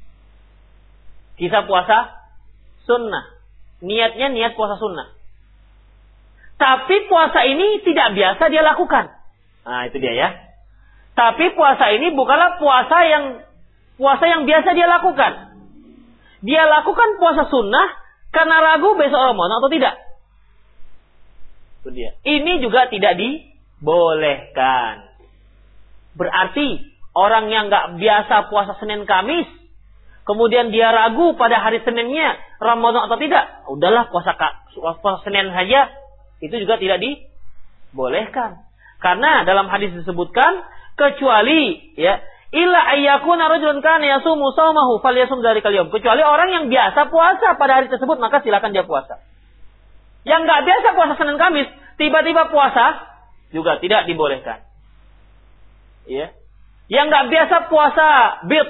Kita puasa sunnah. Niatnya niat puasa sunnah. Tapi puasa ini tidak biasa dia lakukan. Nah, itu dia ya. Tapi puasa ini bukanlah puasa yang biasa dia lakukan. Dia lakukan puasa sunnah karena ragu besok Ramadan atau tidak. Itu dia. Ini juga tidak dibolehkan. Berarti orang yang nggak biasa puasa Senin Kamis, kemudian dia ragu pada hari Seninnya Ramadan atau tidak, udahlah puasa Senin saja, itu juga tidak dibolehkan. Karena dalam hadis disebutkan, kecuali ya, illa ayyakuna rajulun kana yasumu shaumahu falyasum dzalikal yaum. Kecuali orang yang biasa puasa pada hari tersebut, maka silakan dia puasa. Yang nggak biasa puasa Senin Kamis, tiba-tiba puasa juga tidak dibolehkan. Ya. Yang nggak biasa puasa bid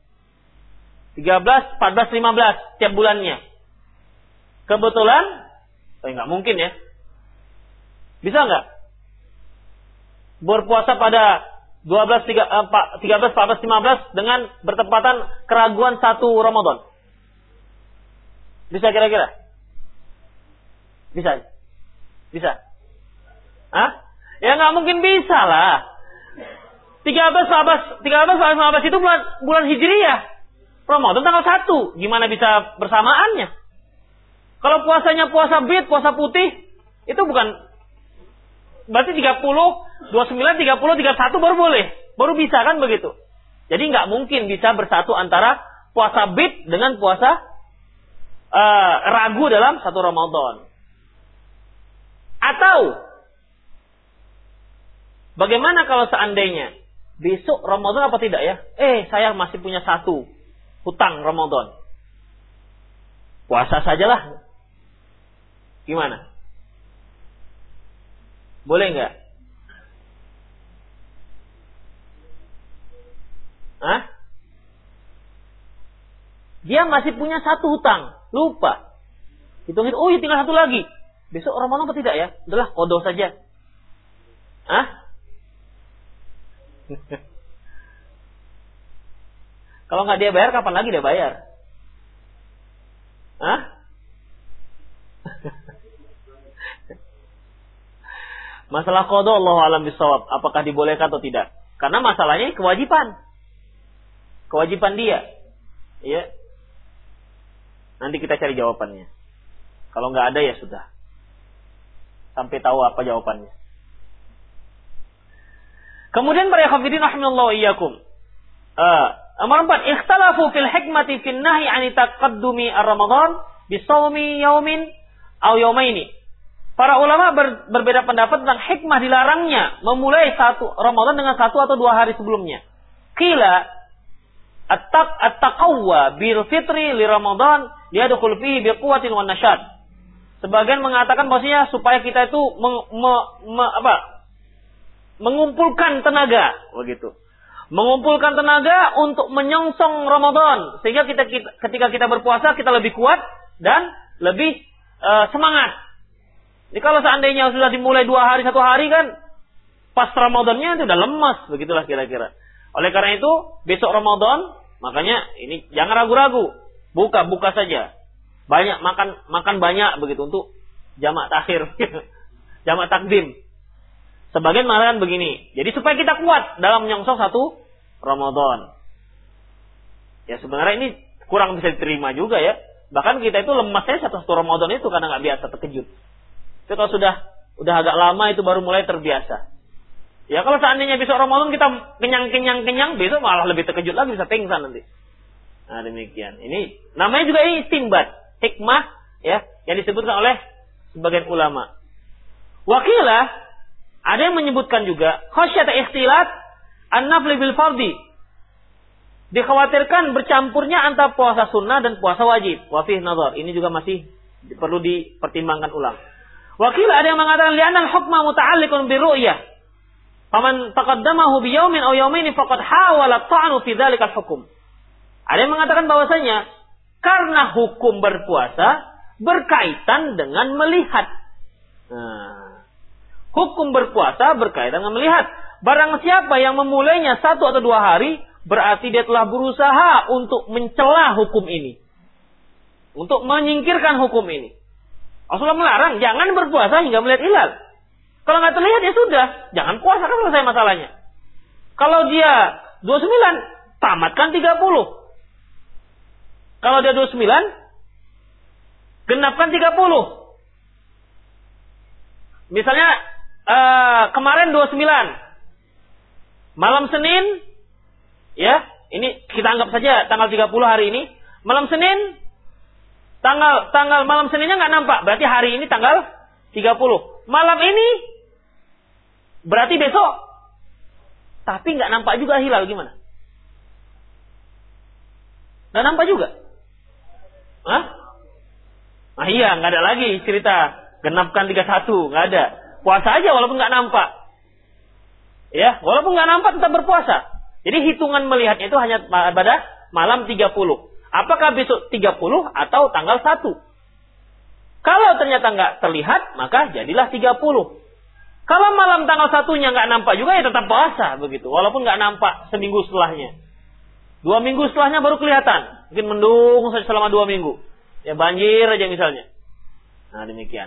13, 14, 15 tiap bulannya. Kebetulan, nggak mungkin ya. Bisa nggak berpuasa pada 12, 13, 14, 15 dengan bertepatan keraguan 1 Ramadan? Bisa kira-kira? Bisa? Bisa? Hah? Ya nggak mungkin bisa lah. 13, 15 itu bulan Hijriyah. Ramadan tanggal 1. Gimana bisa bersamaannya? Kalau puasanya puasa bid, puasa putih, itu bukan, berarti 30, 29, 30, 31 baru boleh. Baru bisa kan begitu. Jadi nggak mungkin bisa bersatu antara puasa bid dengan puasa ragu dalam 1 Ramadan. Atau bagaimana kalau seandainya besok Ramadan apa tidak ya? Saya masih punya 1 hutang Ramadan. Puasa sajalah. Gimana? Boleh nggak? Hah? Dia masih punya 1 hutang. Lupa. Hitungin, ya tinggal 1 lagi. Besok Ramadan apa tidak ya? Udahlah, qada saja. Hah? Kalau nggak dia bayar, kapan lagi dia bayar? Hah? Masalah qada Allahu a'lam bishawab, apakah dibolehkan atau tidak? Karena masalahnya kewajiban. Kewajiban dia. Ya. Nanti kita cari jawabannya. Kalau nggak ada ya sudah. Sampai tahu apa jawabannya. Kemudian para ikhwatiddin rahimallahu iyyakum. Nomor 4, ikhtalafu fil hikmati fin nahyi 'an taqaddumi ar-Ramadan bi shaumi yaumin aw yaumaini. Para ulama berbeda pendapat tentang hikmah dilarangnya memulai 1 Ramadan dengan 1 atau 2 hari sebelumnya. Qila at-taqawwa bil fitri li Ramadan yadkhul fihi bi quwwatin wan nasyad. Sebagian mengatakan bahwasanya supaya kita itu mengumpulkan tenaga, begitu. Mengumpulkan tenaga untuk menyongsong Ramadan, sehingga ketika kita berpuasa kita lebih kuat dan lebih semangat. Jadi kalau seandainya sudah dimulai 2 hari 1 hari kan, pas Ramadannya itu udah lemas, begitulah kira-kira. Oleh karena itu besok Ramadan, makanya ini jangan ragu-ragu, buka saja. Banyak makan banyak begitu untuk jamak takhir, jamak takdim. Sebagian mengatakan begini, jadi supaya kita kuat dalam menyongsong 1 Ramadan. Ya sebenarnya ini kurang bisa diterima juga ya. Bahkan kita itu lemasnya 1 Ramadan itu karena nggak biasa, terkejut. Itu kalau sudah agak lama itu baru mulai terbiasa. Ya kalau seandainya besok Ramadan kita kenyang, besok malah lebih terkejut lagi, bisa pingsan nanti. Nah demikian. Ini namanya juga ini istinbat, hikmah ya yang disebutkan oleh sebagian ulama. Wakilah ada yang menyebutkan juga khasyata ikhtilat an-nafli bil fardi. Dikhawatirkan bercampurnya antara puasa sunnah dan puasa wajib. Wa fihi nazar. Ini juga masih perlu dipertimbangkan ulang. Wakilah ada yang mengatakan li'anna al-hukma muta'alliqun bi ru'yah. Faman taqaddamahu bi yaumin aw yaumaini faqad hawala ta'anu fi dzalikal hukm. Ada yang mengatakan bahwasanya karena hukum berpuasa berkaitan dengan melihat. Nah, hukum berpuasa berkaitan dengan melihat. Barang siapa yang memulainya 1 atau 2 hari, berarti dia telah berusaha untuk mencela hukum ini. Untuk menyingkirkan hukum ini. Rasulullah melarang, jangan berpuasa hingga melihat hilal. Kalau nggak terlihat ya sudah, jangan puasa, kan selesai masalahnya. Kalau dia 29, tamatkan 30. Kalau dia 29, genapkan 30. Misalnya kemarin 29 malam Senin, ya, ini kita anggap saja tanggal 30 hari ini. Malam Senin, tanggal malam Seninnya nggak nampak, berarti hari ini tanggal 30. Malam ini berarti besok, tapi nggak nampak juga hilal, gimana? Nggak nampak juga? Hah? Nah iya, nggak ada lagi cerita genapkan 31, nggak ada. Puasa aja walaupun nggak nampak. Ya, walaupun nggak nampak tetap berpuasa. Jadi hitungan melihatnya itu hanya pada malam 30. Apakah besok 30 atau tanggal 1? Kalau ternyata nggak terlihat, maka jadilah 30. Kalau malam tanggal 1-nya nggak nampak juga, ya tetap puasa begitu. Walaupun nggak nampak seminggu setelahnya. 2 minggu setelahnya baru kelihatan. Mungkin mendung saja selama 2 minggu. Ya banjir aja misalnya. Nah demikian.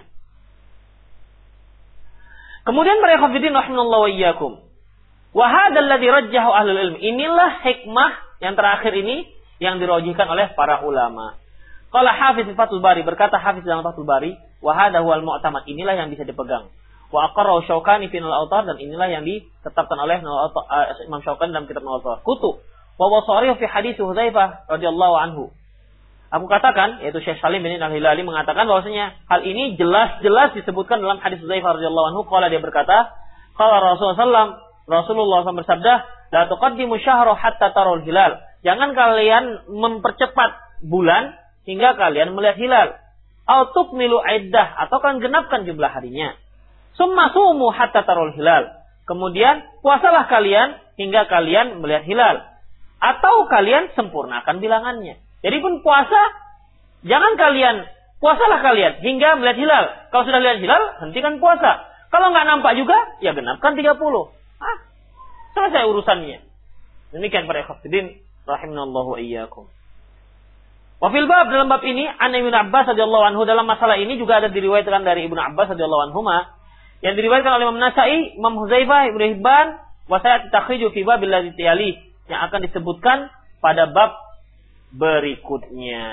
Kemudian para hafidin rahimallahu wa iyyakum. Wa hadzal ladzi rajjahu ahlul ilm. Inilah hikmah yang terakhir ini yang dirajihkan oleh para ulama. Qala Hafiz Fathul Bari, berkata Hafiz dalam Fathul Bari, wa hadza huwal mu'tamad. Inilah yang bisa dipegang. Wa aqarra Syaukani fi al-Awtar, dan inilah yang ditetapkan oleh Imam Syaukani dalam kitab al-Awtar. Kutu wa wasari fi hadits Hudzaifah radhiyallahu anhu. Aku katakan, yaitu Syekh Salim bin Al-Hilali mengatakan bahwasanya hal ini jelas-jelas disebutkan dalam hadis Hudzaifah radhiyallahu anhu. Qala, dia berkata, qala Rasulullah SAW bersabda, la tuqaddimu syahra hatta tarul hilal. Jangan kalian mempercepat bulan hingga kalian melihat hilal. Au tukmilu iddah, atau kalian genapkan jumlah harinya. Summa sumu hatta tarul hilal. Kemudian puasalah kalian hingga kalian melihat hilal. Atau kalian sempurnakan bilangannya. Jadi pun puasa, puasalah kalian hingga melihat hilal. Kalau sudah lihat hilal, hentikan puasa. Kalau nggak nampak juga, ya genapkan 30. Selesai urusannya. Demikian para ikhwatiddin rahimanallahu wa iyyakum. Wa fil bab, dalam bab ini, an Ibnu Abbas radhiyallahu anhu, dalam masalah ini juga ada diriwayatkan dari Ibnu Abbas radhiyallahu anhuma, yang diriwayatkan oleh Imam Nasa'i, Imam Hudzaifah, Ibnu Hibban, wa sayat takhriju fi babil ladzi tiyali, yang akan disebutkan pada bab berikutnya.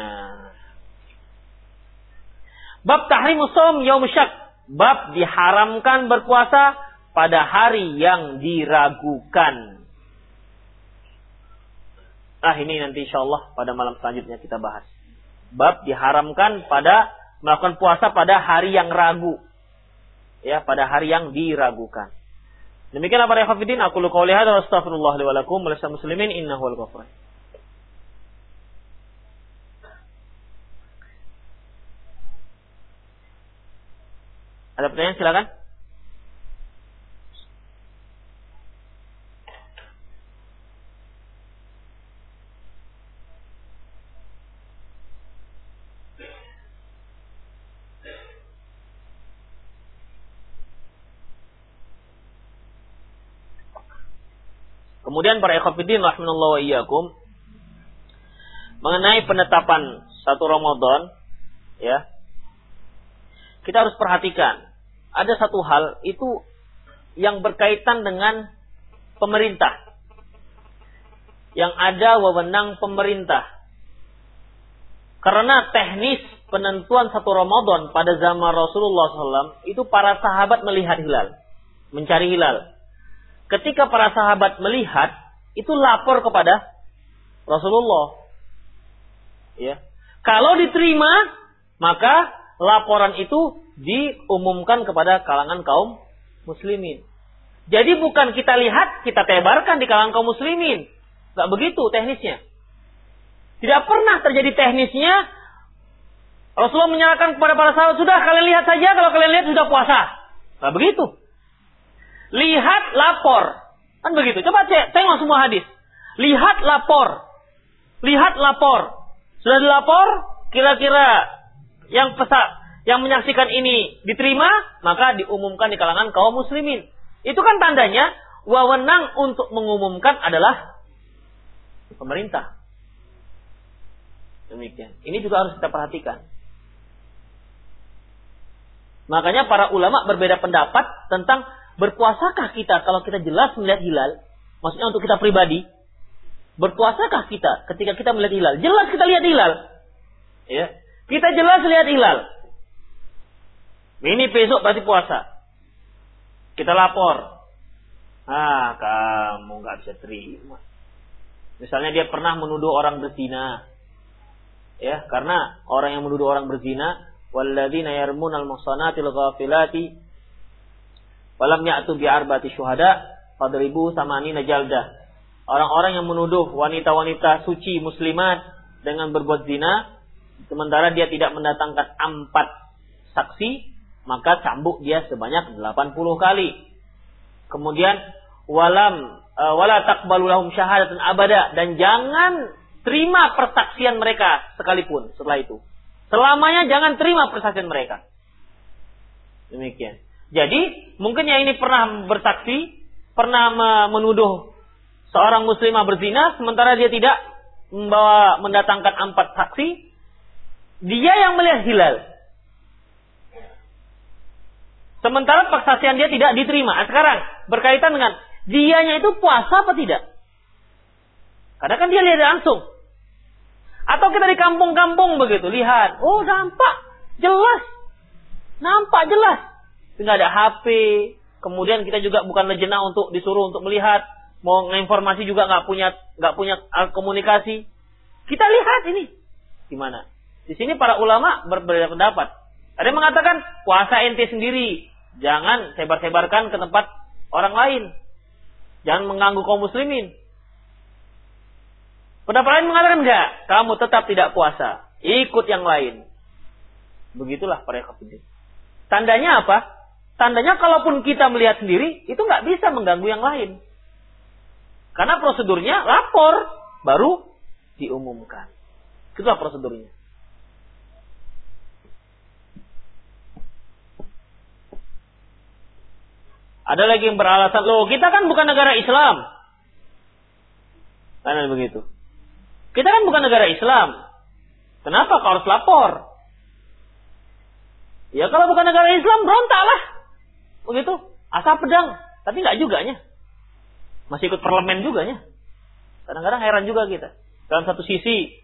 Bab tahrimus shaum yaum syak, bab diharamkan berpuasa pada hari yang diragukan. Ini nanti insyaallah pada malam selanjutnya kita bahas. Bab diharamkan pada melakukan puasa pada hari yang ragu. Ya, pada hari yang diragukan. Demikianlah para hafidin, aku qouli hadza wa astaghfirullah li wa lakum wa lisal muslimin innahu wal ghafur. Ada pertanyaan, silakan. Kemudian para ikhwatiddin rahimanallahu wa iyyakum, mengenai penetapan 1 Ramadan, ya. Kita harus perhatikan, ada satu hal itu yang berkaitan dengan pemerintah. Yang ada wewenang pemerintah. Karena teknis penentuan 1 Ramadan pada zaman Rasulullah SAW, itu para sahabat melihat hilal, mencari hilal. Ketika para sahabat melihat, itu lapor kepada Rasulullah. Ya. Kalau diterima, maka laporan itu diumumkan kepada kalangan kaum muslimin. Jadi bukan kita lihat, kita tebarkan di kalangan kaum muslimin. Gak begitu teknisnya. Tidak pernah terjadi teknisnya. Rasulullah menyatakan kepada para sahabat, sudah kalian lihat saja, kalau kalian lihat sudah puasa. Gak begitu. Lihat, lapor. Kan begitu. Coba tengok semua hadis. Lihat, lapor. Lihat, lapor. Sudah dilapor, kira-kira yang menyaksikan ini diterima, maka diumumkan di kalangan kaum muslimin. Itu kan tandanya wewenang untuk mengumumkan adalah pemerintah. Demikian. Ini juga harus kita perhatikan. Makanya para ulama berbeda pendapat tentang berpuasakah kita kalau kita jelas melihat hilal. Maksudnya untuk kita pribadi, berpuasakah kita ketika kita melihat hilal? Jelas kita lihat hilal. Ya. Kita jelas lihat hilal. Ini besok berarti puasa. Kita lapor. Kamu nggak bisa terima. Misalnya dia pernah menuduh orang berzina. Ya, karena orang yang menuduh orang berzina, walladzina yarmunal muhsanatil ghafilati walam ya'tu bi arba'ati syuhada fadribu samanina jaldah. Orang-orang yang menuduh wanita-wanita suci muslimat dengan berbuat zina, sementara dia tidak mendatangkan 4 saksi, maka cambuk dia sebanyak 80 kali. Kemudian wala taqbalu lahum syahadatan abada, dan jangan terima persaksian mereka sekalipun setelah itu. Selamanya jangan terima persaksian mereka. Demikian. Jadi, mungkin yang ini pernah bersaksi, pernah menuduh seorang muslimah berzina, sementara dia tidak mendatangkan 4 saksi, dia yang melihat hilal. Sementara persaksian dia tidak diterima. Sekarang, berkaitan dengan dianya itu puasa apa tidak? Karena kan dia lihat langsung. Atau kita di kampung-kampung begitu, lihat. Oh, nampak jelas. Nampak jelas. Tidak ada HP. Kemudian kita juga bukan lejena untuk disuruh untuk melihat. Mau informasi juga nggak punya komunikasi. Kita lihat ini. Gimana? Di sini para ulama berbeda pendapat. Ada yang mengatakan puasa ente sendiri. Jangan sebar-sebarkan ke tempat orang lain. Jangan mengganggu kaum muslimin. Pendapat lain mengatakan enggak, kamu tetap tidak puasa, ikut yang lain. Begitulah para ikhwatiddin. Tandanya apa? Tandanya kalaupun kita melihat sendiri, itu nggak bisa mengganggu yang lain. Karena prosedurnya lapor, baru diumumkan. Itulah prosedurnya. Ada lagi yang beralasan, loh kita kan bukan negara Islam. Karena begitu. Kita kan bukan negara Islam. Kenapa kau harus lapor? Ya kalau bukan negara Islam, berontaklah. Begitu. Asal pedang. Tapi nggak juganya. Masih ikut parlemen juganya. Kadang-kadang heran juga kita. Dalam satu sisi,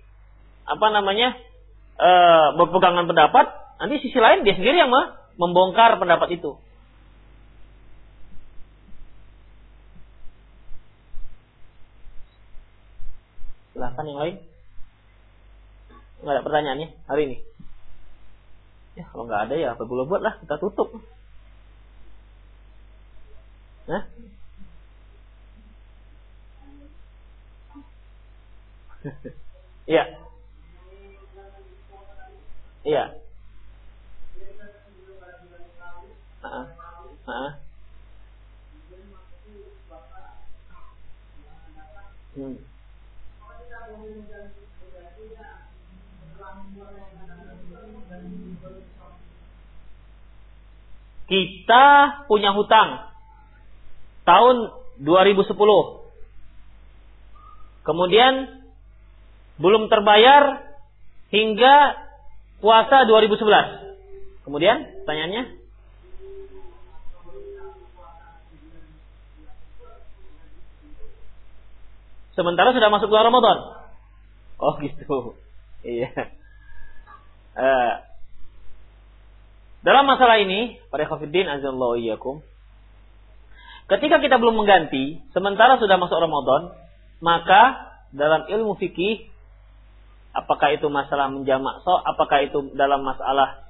berpegangan pendapat, nanti sisi lain dia sendiri yang membongkar pendapat itu. Silahkan yang lain. Nggak ada pertanyaannya hari ini? Ya kalau nggak ada ya apa boleh buat lah, kita tutup. Nah, iya, iya. Kita punya hutang tahun 2010. Kemudian belum terbayar hingga puasa 2011. Kemudian pertanyaannya? Sementara sudah masuk bulan Ramadan. Oh gitu. Iya. Dalam masalah ini, para ikhwatiddin azallahu iyyakum, ketika kita belum mengganti, sementara sudah masuk Ramadan, maka dalam ilmu fikih, apakah itu masalah menjamak, apakah itu dalam masalah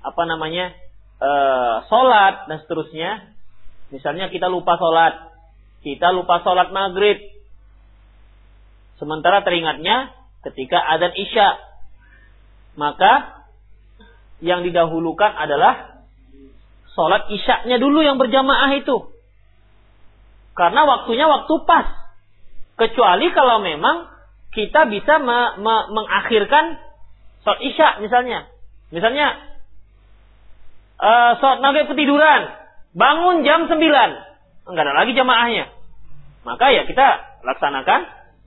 salat dan seterusnya. Misalnya kita lupa salat maghrib, sementara teringatnya ketika adzan isya, maka yang didahulukan adalah sholat isya'nya dulu yang berjamaah itu. Karena waktunya waktu pas. Kecuali kalau memang kita bisa mengakhirkan sholat isya' misalnya. Misalnya, sholat maghrib ketiduran, bangun jam 9. Enggak ada lagi jamaahnya. Maka ya kita laksanakan,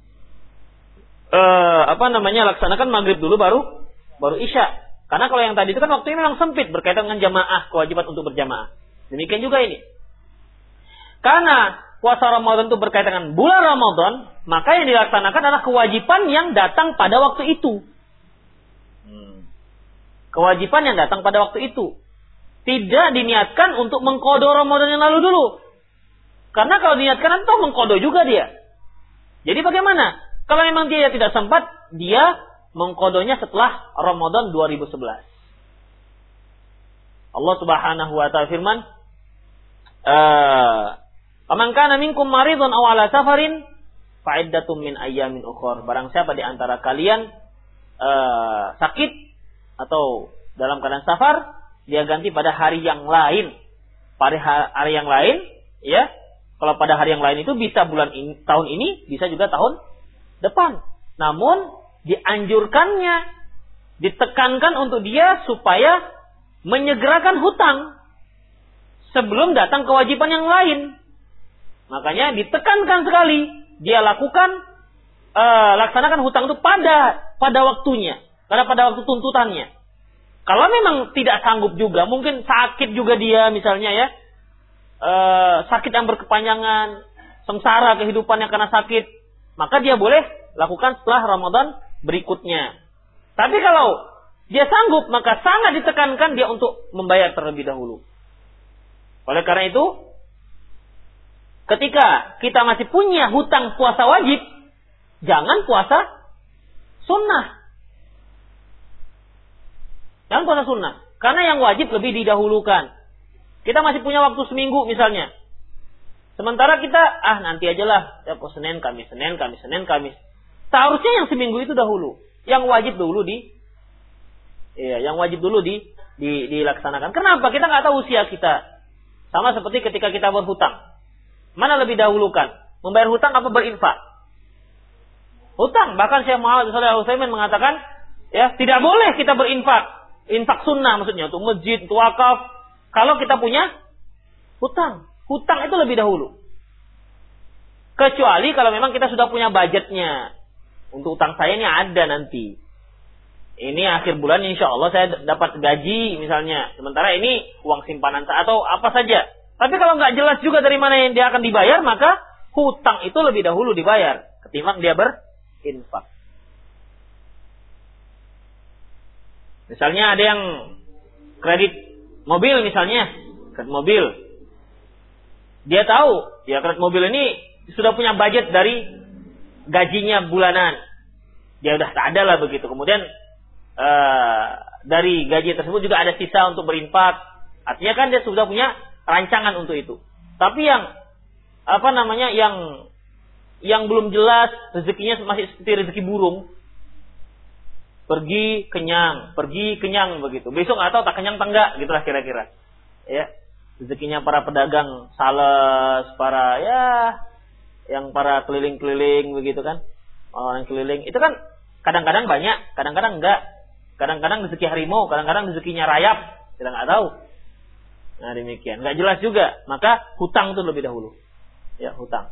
laksanakan maghrib dulu baru isya'. Karena kalau yang tadi itu kan waktunya memang sempit berkaitan dengan jamaah, kewajiban untuk berjamaah. Demikian juga ini. Karena puasa Ramadan itu berkaitan dengan bulan Ramadan, maka yang dilaksanakan adalah kewajiban yang datang pada waktu itu. Kewajiban yang datang pada waktu itu. Tidak diniatkan untuk mengkodo Ramadan yang lalu dulu. Karena kalau diniatkan atau mengkodo juga dia. Jadi bagaimana? Kalau memang dia tidak sempat, dia mengkodonya setelah Ramadan 2011. Allah Subhanahu wa taala firman, "Faman kana minkum maridun aw ala safarin fa iddatum min ayyamin ukhra." Barang siapa di antara kalian sakit atau dalam keadaan safar, dia ganti pada hari yang lain. Pada hari yang lain, ya. Kalau pada hari yang lain itu bisa bulan ini, tahun ini, bisa juga tahun depan. Namun dianjurkannya, ditekankan untuk dia supaya menyegerakan hutang sebelum datang kewajiban yang lain. Makanya ditekankan sekali dia laksanakan hutang itu pada waktunya, karena pada waktu tuntutannya. Kalau memang tidak sanggup juga, mungkin sakit juga dia misalnya ya, sakit yang berkepanjangan, sengsara kehidupannya karena sakit, maka dia boleh lakukan setelah Ramadan berikutnya. Tapi kalau dia sanggup, maka sangat ditekankan dia untuk membayar terlebih dahulu. Oleh karena itu, ketika kita masih punya hutang puasa wajib, jangan puasa sunnah. Jangan puasa sunnah. Karena yang wajib lebih didahulukan. Kita masih punya waktu seminggu misalnya. Sementara kita, nanti ajalah. Ya, Senin, Kamis. Seharusnya yang seminggu itu dahulu. Yang wajib dulu dilaksanakan. Kenapa? Kita nggak tahu usia kita. Sama seperti ketika kita berhutang. Mana lebih dahulukan? Membayar hutang apa berinfak? Hutang. Bahkan Syekh Muhammad Shalih Al-Utsaimin mengatakan, ya, tidak boleh kita berinfak. Infak sunnah maksudnya, untuk masjid, untuk wakaf. Kalau kita punya hutang. Hutang itu lebih dahulu. Kecuali kalau memang kita sudah punya budgetnya. Untuk utang saya ini ada nanti. Ini akhir bulan insya Allah saya dapat gaji misalnya. Sementara ini uang simpanan saya atau apa saja. Tapi kalau nggak jelas juga dari mana yang dia akan dibayar, maka hutang itu lebih dahulu dibayar ketimbang dia berinfak. Misalnya ada yang kredit mobil misalnya, kredit mobil. Dia tahu, ya kredit mobil ini sudah punya budget dari gajinya bulanan. Dia udah tak ada lah begitu. Kemudian dari gaji tersebut juga ada sisa untuk berinfak. Artinya kan dia sudah punya rancangan untuk itu. Tapi yang yang belum jelas, rezekinya masih seperti rezeki burung. Pergi kenyang begitu. Besok nggak tahu tak kenyang tak enggak, gitulah kira-kira. Ya, rezekinya para pedagang sales, para keliling-keliling begitu kan. Orang keliling itu kan kadang-kadang banyak, kadang-kadang enggak. Kadang-kadang rezeki harimau, kadang-kadang rezekinya rayap, kita nggak tahu. Nah, demikian, nggak jelas juga. Maka hutang itu lebih dahulu. Ya, hutang.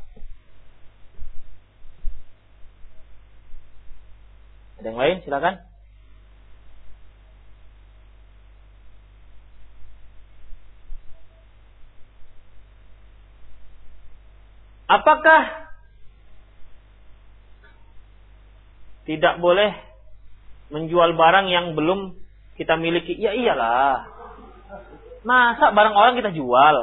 Ada yang lain? Silakan. Apakah tidak boleh menjual barang yang belum kita miliki? Ya iyalah. Masa barang orang kita jual?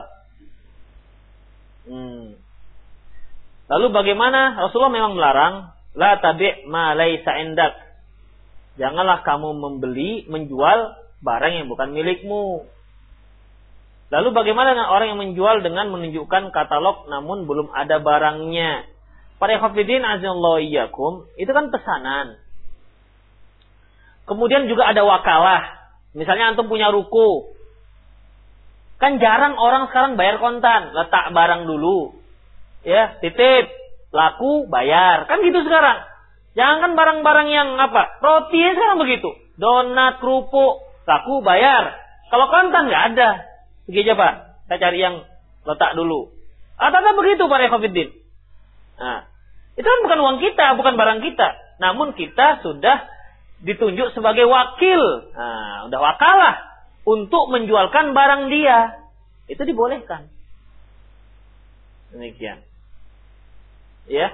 Lalu bagaimana? Rasulullah memang melarang, la tabi' ma laisa indak. Janganlah kamu menjual barang yang bukan milikmu. Lalu bagaimana dengan orang yang menjual dengan menunjukkan katalog namun belum ada barangnya? Para hafidin azallahu iyyakum, itu kan pesanan. Kemudian juga ada wakalah. Misalnya antum punya ruko. Kan jarang orang sekarang bayar kontan, letak barang dulu. Ya, titip, laku, bayar. Kan gitu sekarang. Jangan barang-barang yang roti sekarang begitu. Donat, kerupuk, laku, bayar. Kalau kontan nggak ada. Begini aja Pak, kita cari yang letak dulu. Atau begitu para hafidin. Nah, itu kan bukan uang kita, bukan barang kita. Namun kita sudah ditunjuk sebagai wakil. Nah, udah wakalah untuk menjualkan barang dia. Itu dibolehkan. Demikian. Ya.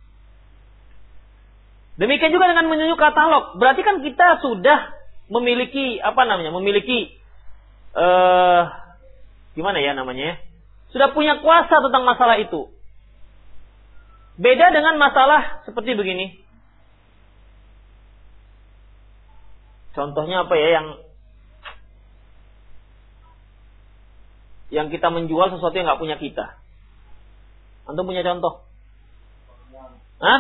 Demikian juga dengan menunjuk katalog. Berarti kan kita sudah memiliki memiliki gimana ya namanya ya? Sudah punya kuasa tentang masalah itu. Beda dengan masalah seperti begini. Contohnya apa ya yang kita menjual sesuatu yang nggak punya kita. Antum punya contoh? Hah?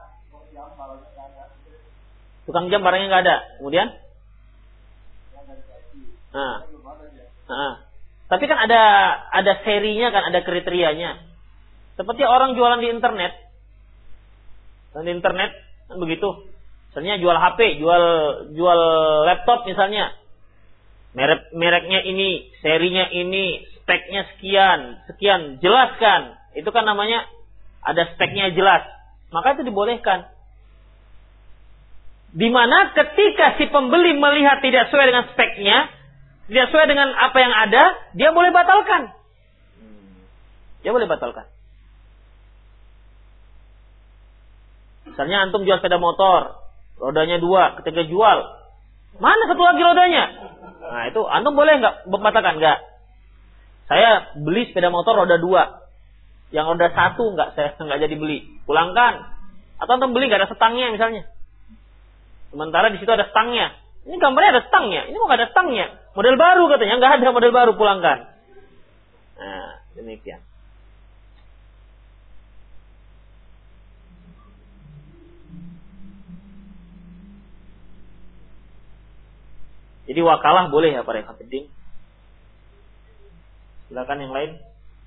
Tukang jam barangnya nggak ada. Kemudian? Tapi kan ada serinya kan, ada kriterianya. Seperti orang jualan di internet. Dan di internet kan begitu. Misalnya jual HP, jual laptop misalnya. Mereknya ini, serinya ini, speknya sekian, jelaskan. Itu kan namanya ada speknya jelas. Maka itu dibolehkan. Dimana ketika si pembeli melihat tidak sesuai dengan speknya, tidak sesuai dengan apa yang ada, dia boleh batalkan. Dia boleh batalkan. Misalnya antum jual sepeda motor, rodanya 2, ketika jual, mana satu lagi rodanya? Nah itu antum boleh nggak membatalkan? Nggak. Saya beli sepeda motor roda 2, yang roda 1 saya nggak jadi beli, pulangkan. Atau antum beli nggak ada stangnya misalnya. Sementara di situ ada stangnya. Ini gambarnya ada stangnya, ini mau nggak ada stangnya. Model baru katanya, nggak ada model baru, pulangkan. Nah, demikian. Jadi wakalah boleh ya para ikhwatiddin. Silakan yang lain.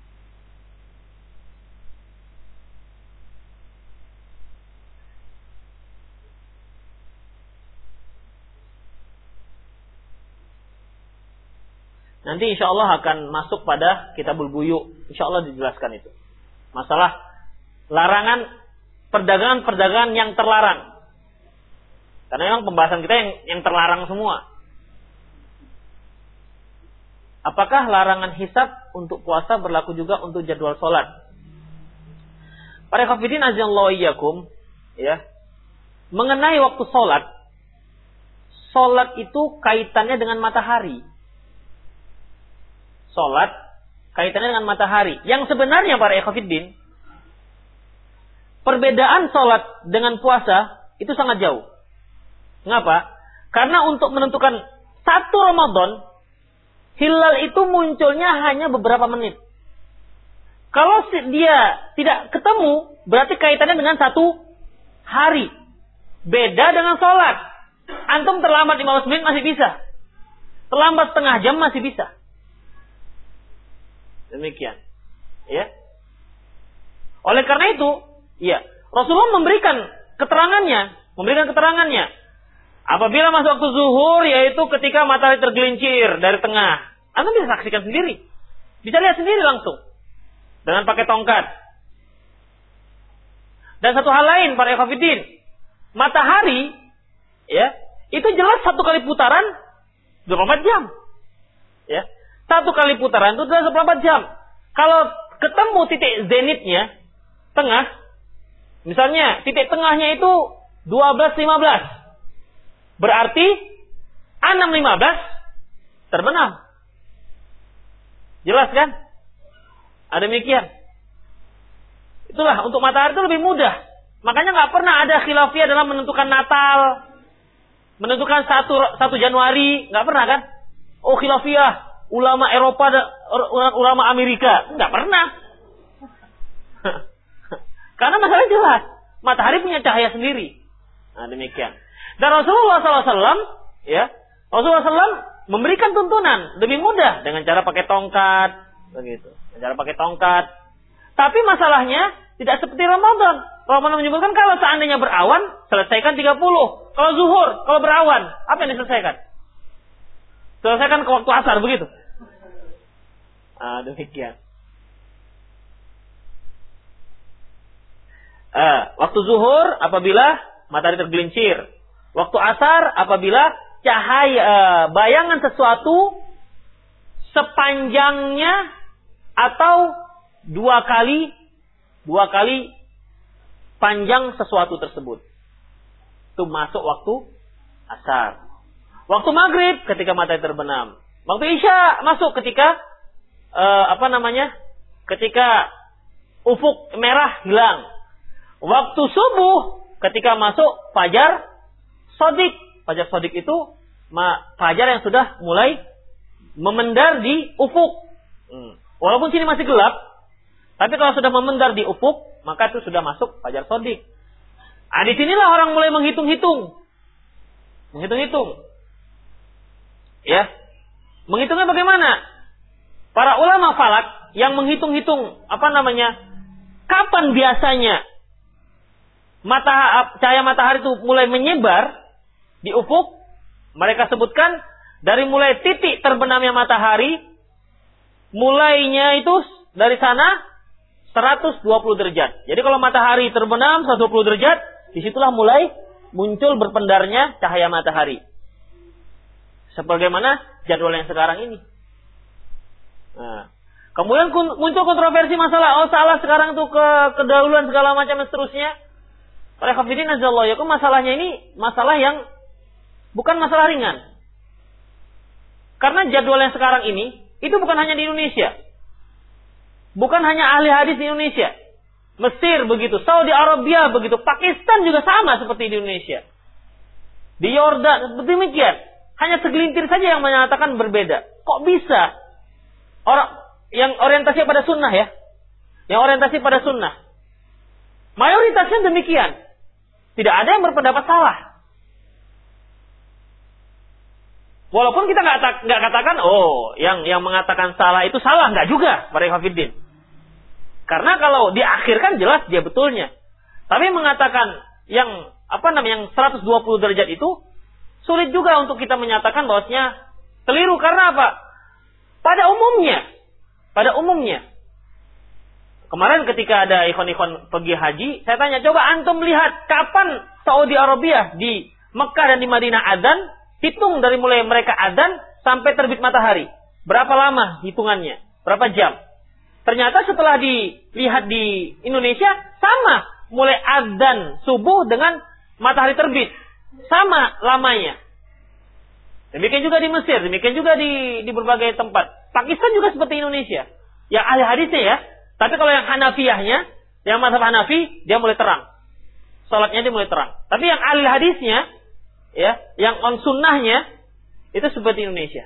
Nanti insya Allah akan masuk pada Kitabul Buyu. Insya Allah dijelaskan itu. Masalah larangan perdagangan-perdagangan yang terlarang. Karena memang pembahasan kita yang terlarang semua. Apakah larangan hisab untuk puasa berlaku juga untuk jadwal sholat? Para khafidin azallahu iyyakum, ya. Mengenai waktu sholat, sholat itu kaitannya dengan matahari. Sholat kaitannya dengan matahari. Yang sebenarnya para ikhwatiddin, perbedaan sholat dengan puasa itu sangat jauh. Mengapa? Karena untuk menentukan satu Ramadan, hilal itu munculnya hanya beberapa menit. Kalau dia tidak ketemu, berarti kaitannya dengan satu hari. Beda dengan sholat. Antum terlambat 15 menit masih bisa. Terlambat setengah jam masih bisa. Demikian. Ya. Oleh karena itu, ya, Rasulullah memberikan keterangannya. Apabila masuk waktu zuhur, yaitu ketika matahari tergelincir dari tengah. Anda bisa saksikan sendiri. Bisa lihat sendiri langsung. Dengan pakai tongkat. Dan satu hal lain, para ikhwatiddin. Matahari, ya, itu jelas satu kali putaran 24 jam. Ya. Satu kali putaran itu adalah 24 jam. Kalau ketemu titik zenitnya, tengah, misalnya titik tengahnya itu 12.15. Berarti 6.15 terbenam. Jelas kan? Ada demikian. Itulah, untuk matahari itu lebih mudah. Makanya nggak pernah ada khilafiyah dalam menentukan Natal, menentukan 1 Januari, nggak pernah kan? Oh khilafiyah, ulama Eropa, ulama Amerika, nggak pernah. Karena masalah jelas, matahari punya cahaya sendiri. Nah demikian. Dan Rasulullah SAW, ya, Rasulullah SAW memberikan tuntunan lebih mudah dengan cara pakai tongkat, begitu. Dengan cara pakai tongkat. Tapi masalahnya tidak seperti Ramadan. Ramadan menyebutkan kalau seandainya berawan, selesaikan 30. Kalau zuhur, kalau berawan, apa yang diselesaikan? Selesaikan ke waktu asar, begitu. Demikian. Waktu zuhur apabila matahari tergelincir. Waktu asar apabila cahaya bayangan sesuatu sepanjangnya atau dua kali panjang sesuatu tersebut. Itu masuk waktu asar. Waktu maghrib ketika matahari terbenam. Waktu Isya masuk ketika ketika ufuk merah hilang. Waktu subuh ketika masuk fajar shadiq. Fajar shadiq itu fajar yang sudah mulai memendar di ufuk. Walaupun sini masih gelap, tapi kalau sudah memendar di ufuk, maka itu sudah masuk fajar shadiq. Nah, di sinilah orang mulai menghitung-hitung. Ya. Menghitungnya bagaimana? Para ulama falak yang menghitung-hitung kapan biasanya cahaya matahari itu mulai menyebar di ufuk, mereka sebutkan dari mulai titik terbenamnya matahari, mulainya itu dari sana 120 derajat. Jadi kalau matahari terbenam 120 derajat, disitulah mulai muncul berpendarnya cahaya matahari. Sebagaimana jadwal yang sekarang ini. Nah, kemudian muncul kontroversi masalah, salah sekarang tuh kedahuluan segala macam dan seterusnya. Para hafidin azallahu yakum, masalahnya ini masalah yang bukan masalah ringan. Karena jadwal yang sekarang ini, itu bukan hanya di Indonesia. Bukan hanya ahli hadis di Indonesia. Mesir begitu, Saudi Arabia begitu, Pakistan juga sama seperti di Indonesia. Di Yordan demikian. Hanya segelintir saja yang menyatakan berbeda. Kok bisa? Orang yang orientasi pada sunnah ya. Yang orientasi pada sunnah. Mayoritasnya demikian. Tidak ada yang berpendapat salah. Walaupun kita nggak katakan, yang mengatakan salah itu salah, nggak juga, para hafidin. Karena kalau diakhirkan jelas dia betulnya. Tapi mengatakan yang 120 derajat itu sulit juga untuk kita menyatakan bahwasanya keliru. Karena apa? Pada umumnya. Kemarin ketika ada ikhwan-ikhwan pergi haji, saya tanya, coba antum lihat kapan Saudi Arabia di Mekah dan di Madinah adzan, hitung dari mulai mereka adzan sampai terbit matahari. Berapa lama hitungannya? Berapa jam? Ternyata setelah dilihat di Indonesia, sama. Mulai adzan subuh dengan matahari terbit. Sama lamanya. Demikian juga di Mesir, demikian juga di berbagai tempat. Pakistan juga seperti Indonesia. Yang ahli hadisnya ya. Tapi kalau yang Hanafiyahnya, yang mazhab Hanafi, dia mulai terang. Salatnya dia mulai terang. Tapi yang ahli hadisnya, ya, yang on sunnahnya, itu seperti Indonesia.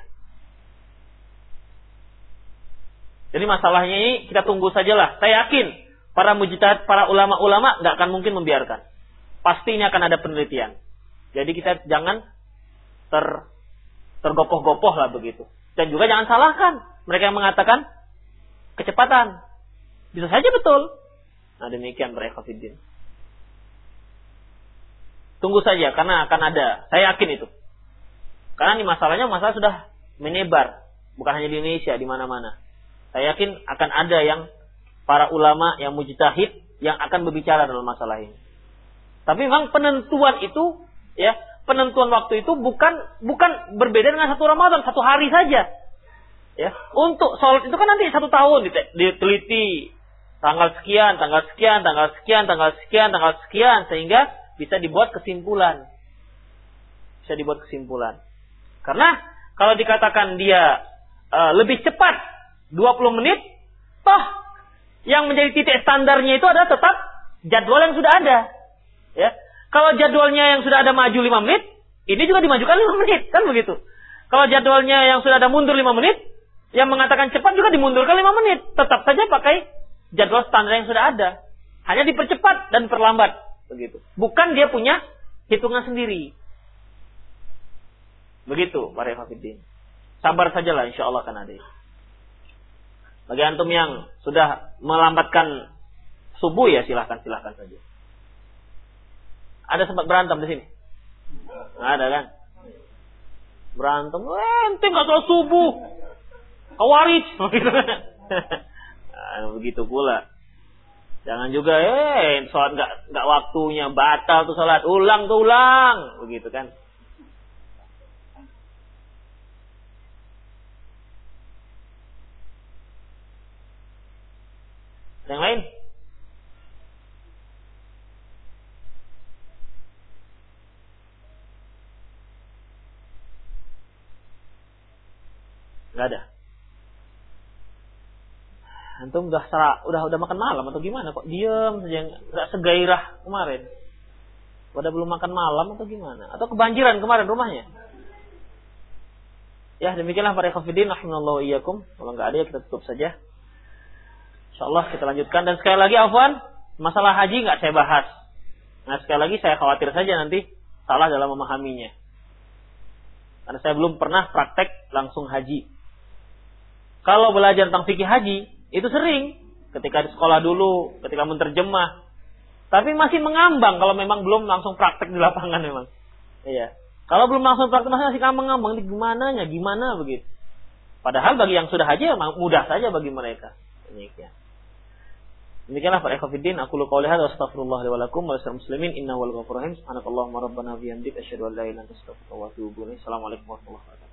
Jadi masalahnya ini kita tunggu sajalah. Saya yakin para mujtahid, para ulama-ulama nggak akan mungkin membiarkan. Pasti ini akan ada penelitian. Jadi kita jangan tergopoh-gopoh lah begitu. Dan juga jangan salahkan mereka yang mengatakan kecepatan. Bisa saja betul. Nah demikian para ikhwatiddin. Tunggu saja karena akan ada. Saya yakin itu. Karena ini masalah sudah menyebar. Bukan hanya di Indonesia, di mana-mana. Saya yakin akan ada yang para ulama yang mujtahid yang akan berbicara dalam masalah ini. Tapi memang penentuan itu, ya, penentuan waktu itu bukan berbeda dengan satu Ramadan, satu hari saja. Ya, untuk sholat itu kan nanti 1 tahun diteliti tanggal sekian, tanggal sekian, tanggal sekian, tanggal sekian, tanggal sekian, sehingga bisa dibuat kesimpulan. Karena kalau dikatakan dia lebih cepat 20 menit, toh yang menjadi titik standarnya itu adalah tetap jadwal yang sudah ada. Ya. Kalau jadwalnya yang sudah ada maju 5 menit, ini juga dimajukan 5 menit, kan begitu. Kalau jadwalnya yang sudah ada mundur 5 menit, yang mengatakan cepat juga dimundurkan 5 menit. Tetap saja pakai jadwal standar yang sudah ada. Hanya dipercepat dan perlambat, begitu. Bukan dia punya hitungan sendiri. Begitu, para hafidin. Sabar sajalah, insyaallah akan ada. Bagi antum yang sudah melambatkan subuh ya silahkan saja. Ada sempat berantem di sini? Ada kan? Berantem, ente nggak sholat subuh, Khawarij, gitu. Begitu pula. Jangan juga, sholat nggak waktunya, batal tuh sholat, ulang, begitu kan? Yang lain? Antum udah makan malam atau gimana? Kok diam saja, nggak segairah kemarin? Udah belum makan malam atau gimana? Atau kebanjiran kemarin rumahnya? Ya, demikianlah para ikhwatiddin rahimallahu iyyakum. Kalau nggak ada ya kita tutup saja. Insyaallah kita lanjutkan, dan sekali lagi afwan, masalah haji nggak saya bahas. Nah, sekali lagi saya khawatir saja nanti salah dalam memahaminya. Karena saya belum pernah praktek langsung haji. Kalau belajar tentang fikih haji, itu sering. Ketika di sekolah dulu, ketika menterjemah. Tapi masih mengambang kalau memang belum langsung praktek di lapangan memang. Iya. Kalau belum langsung praktek masih ngambang-ngambang. Ini gimana begitu. Padahal bagi yang sudah haji memang mudah saja bagi mereka. Demikianlah para ikhwatiddin, aku lu qouli hadza astaghfirullah li wa lakum wa lisal muslimin innahu wal ghafurur rahim. Subhanakallahumma rabbana wa bihamdika asyhadu an la ilaha illa anta astaghfiruka wa atubu ilaik. Assalamualaikum warahmatullahi wabarakatuh.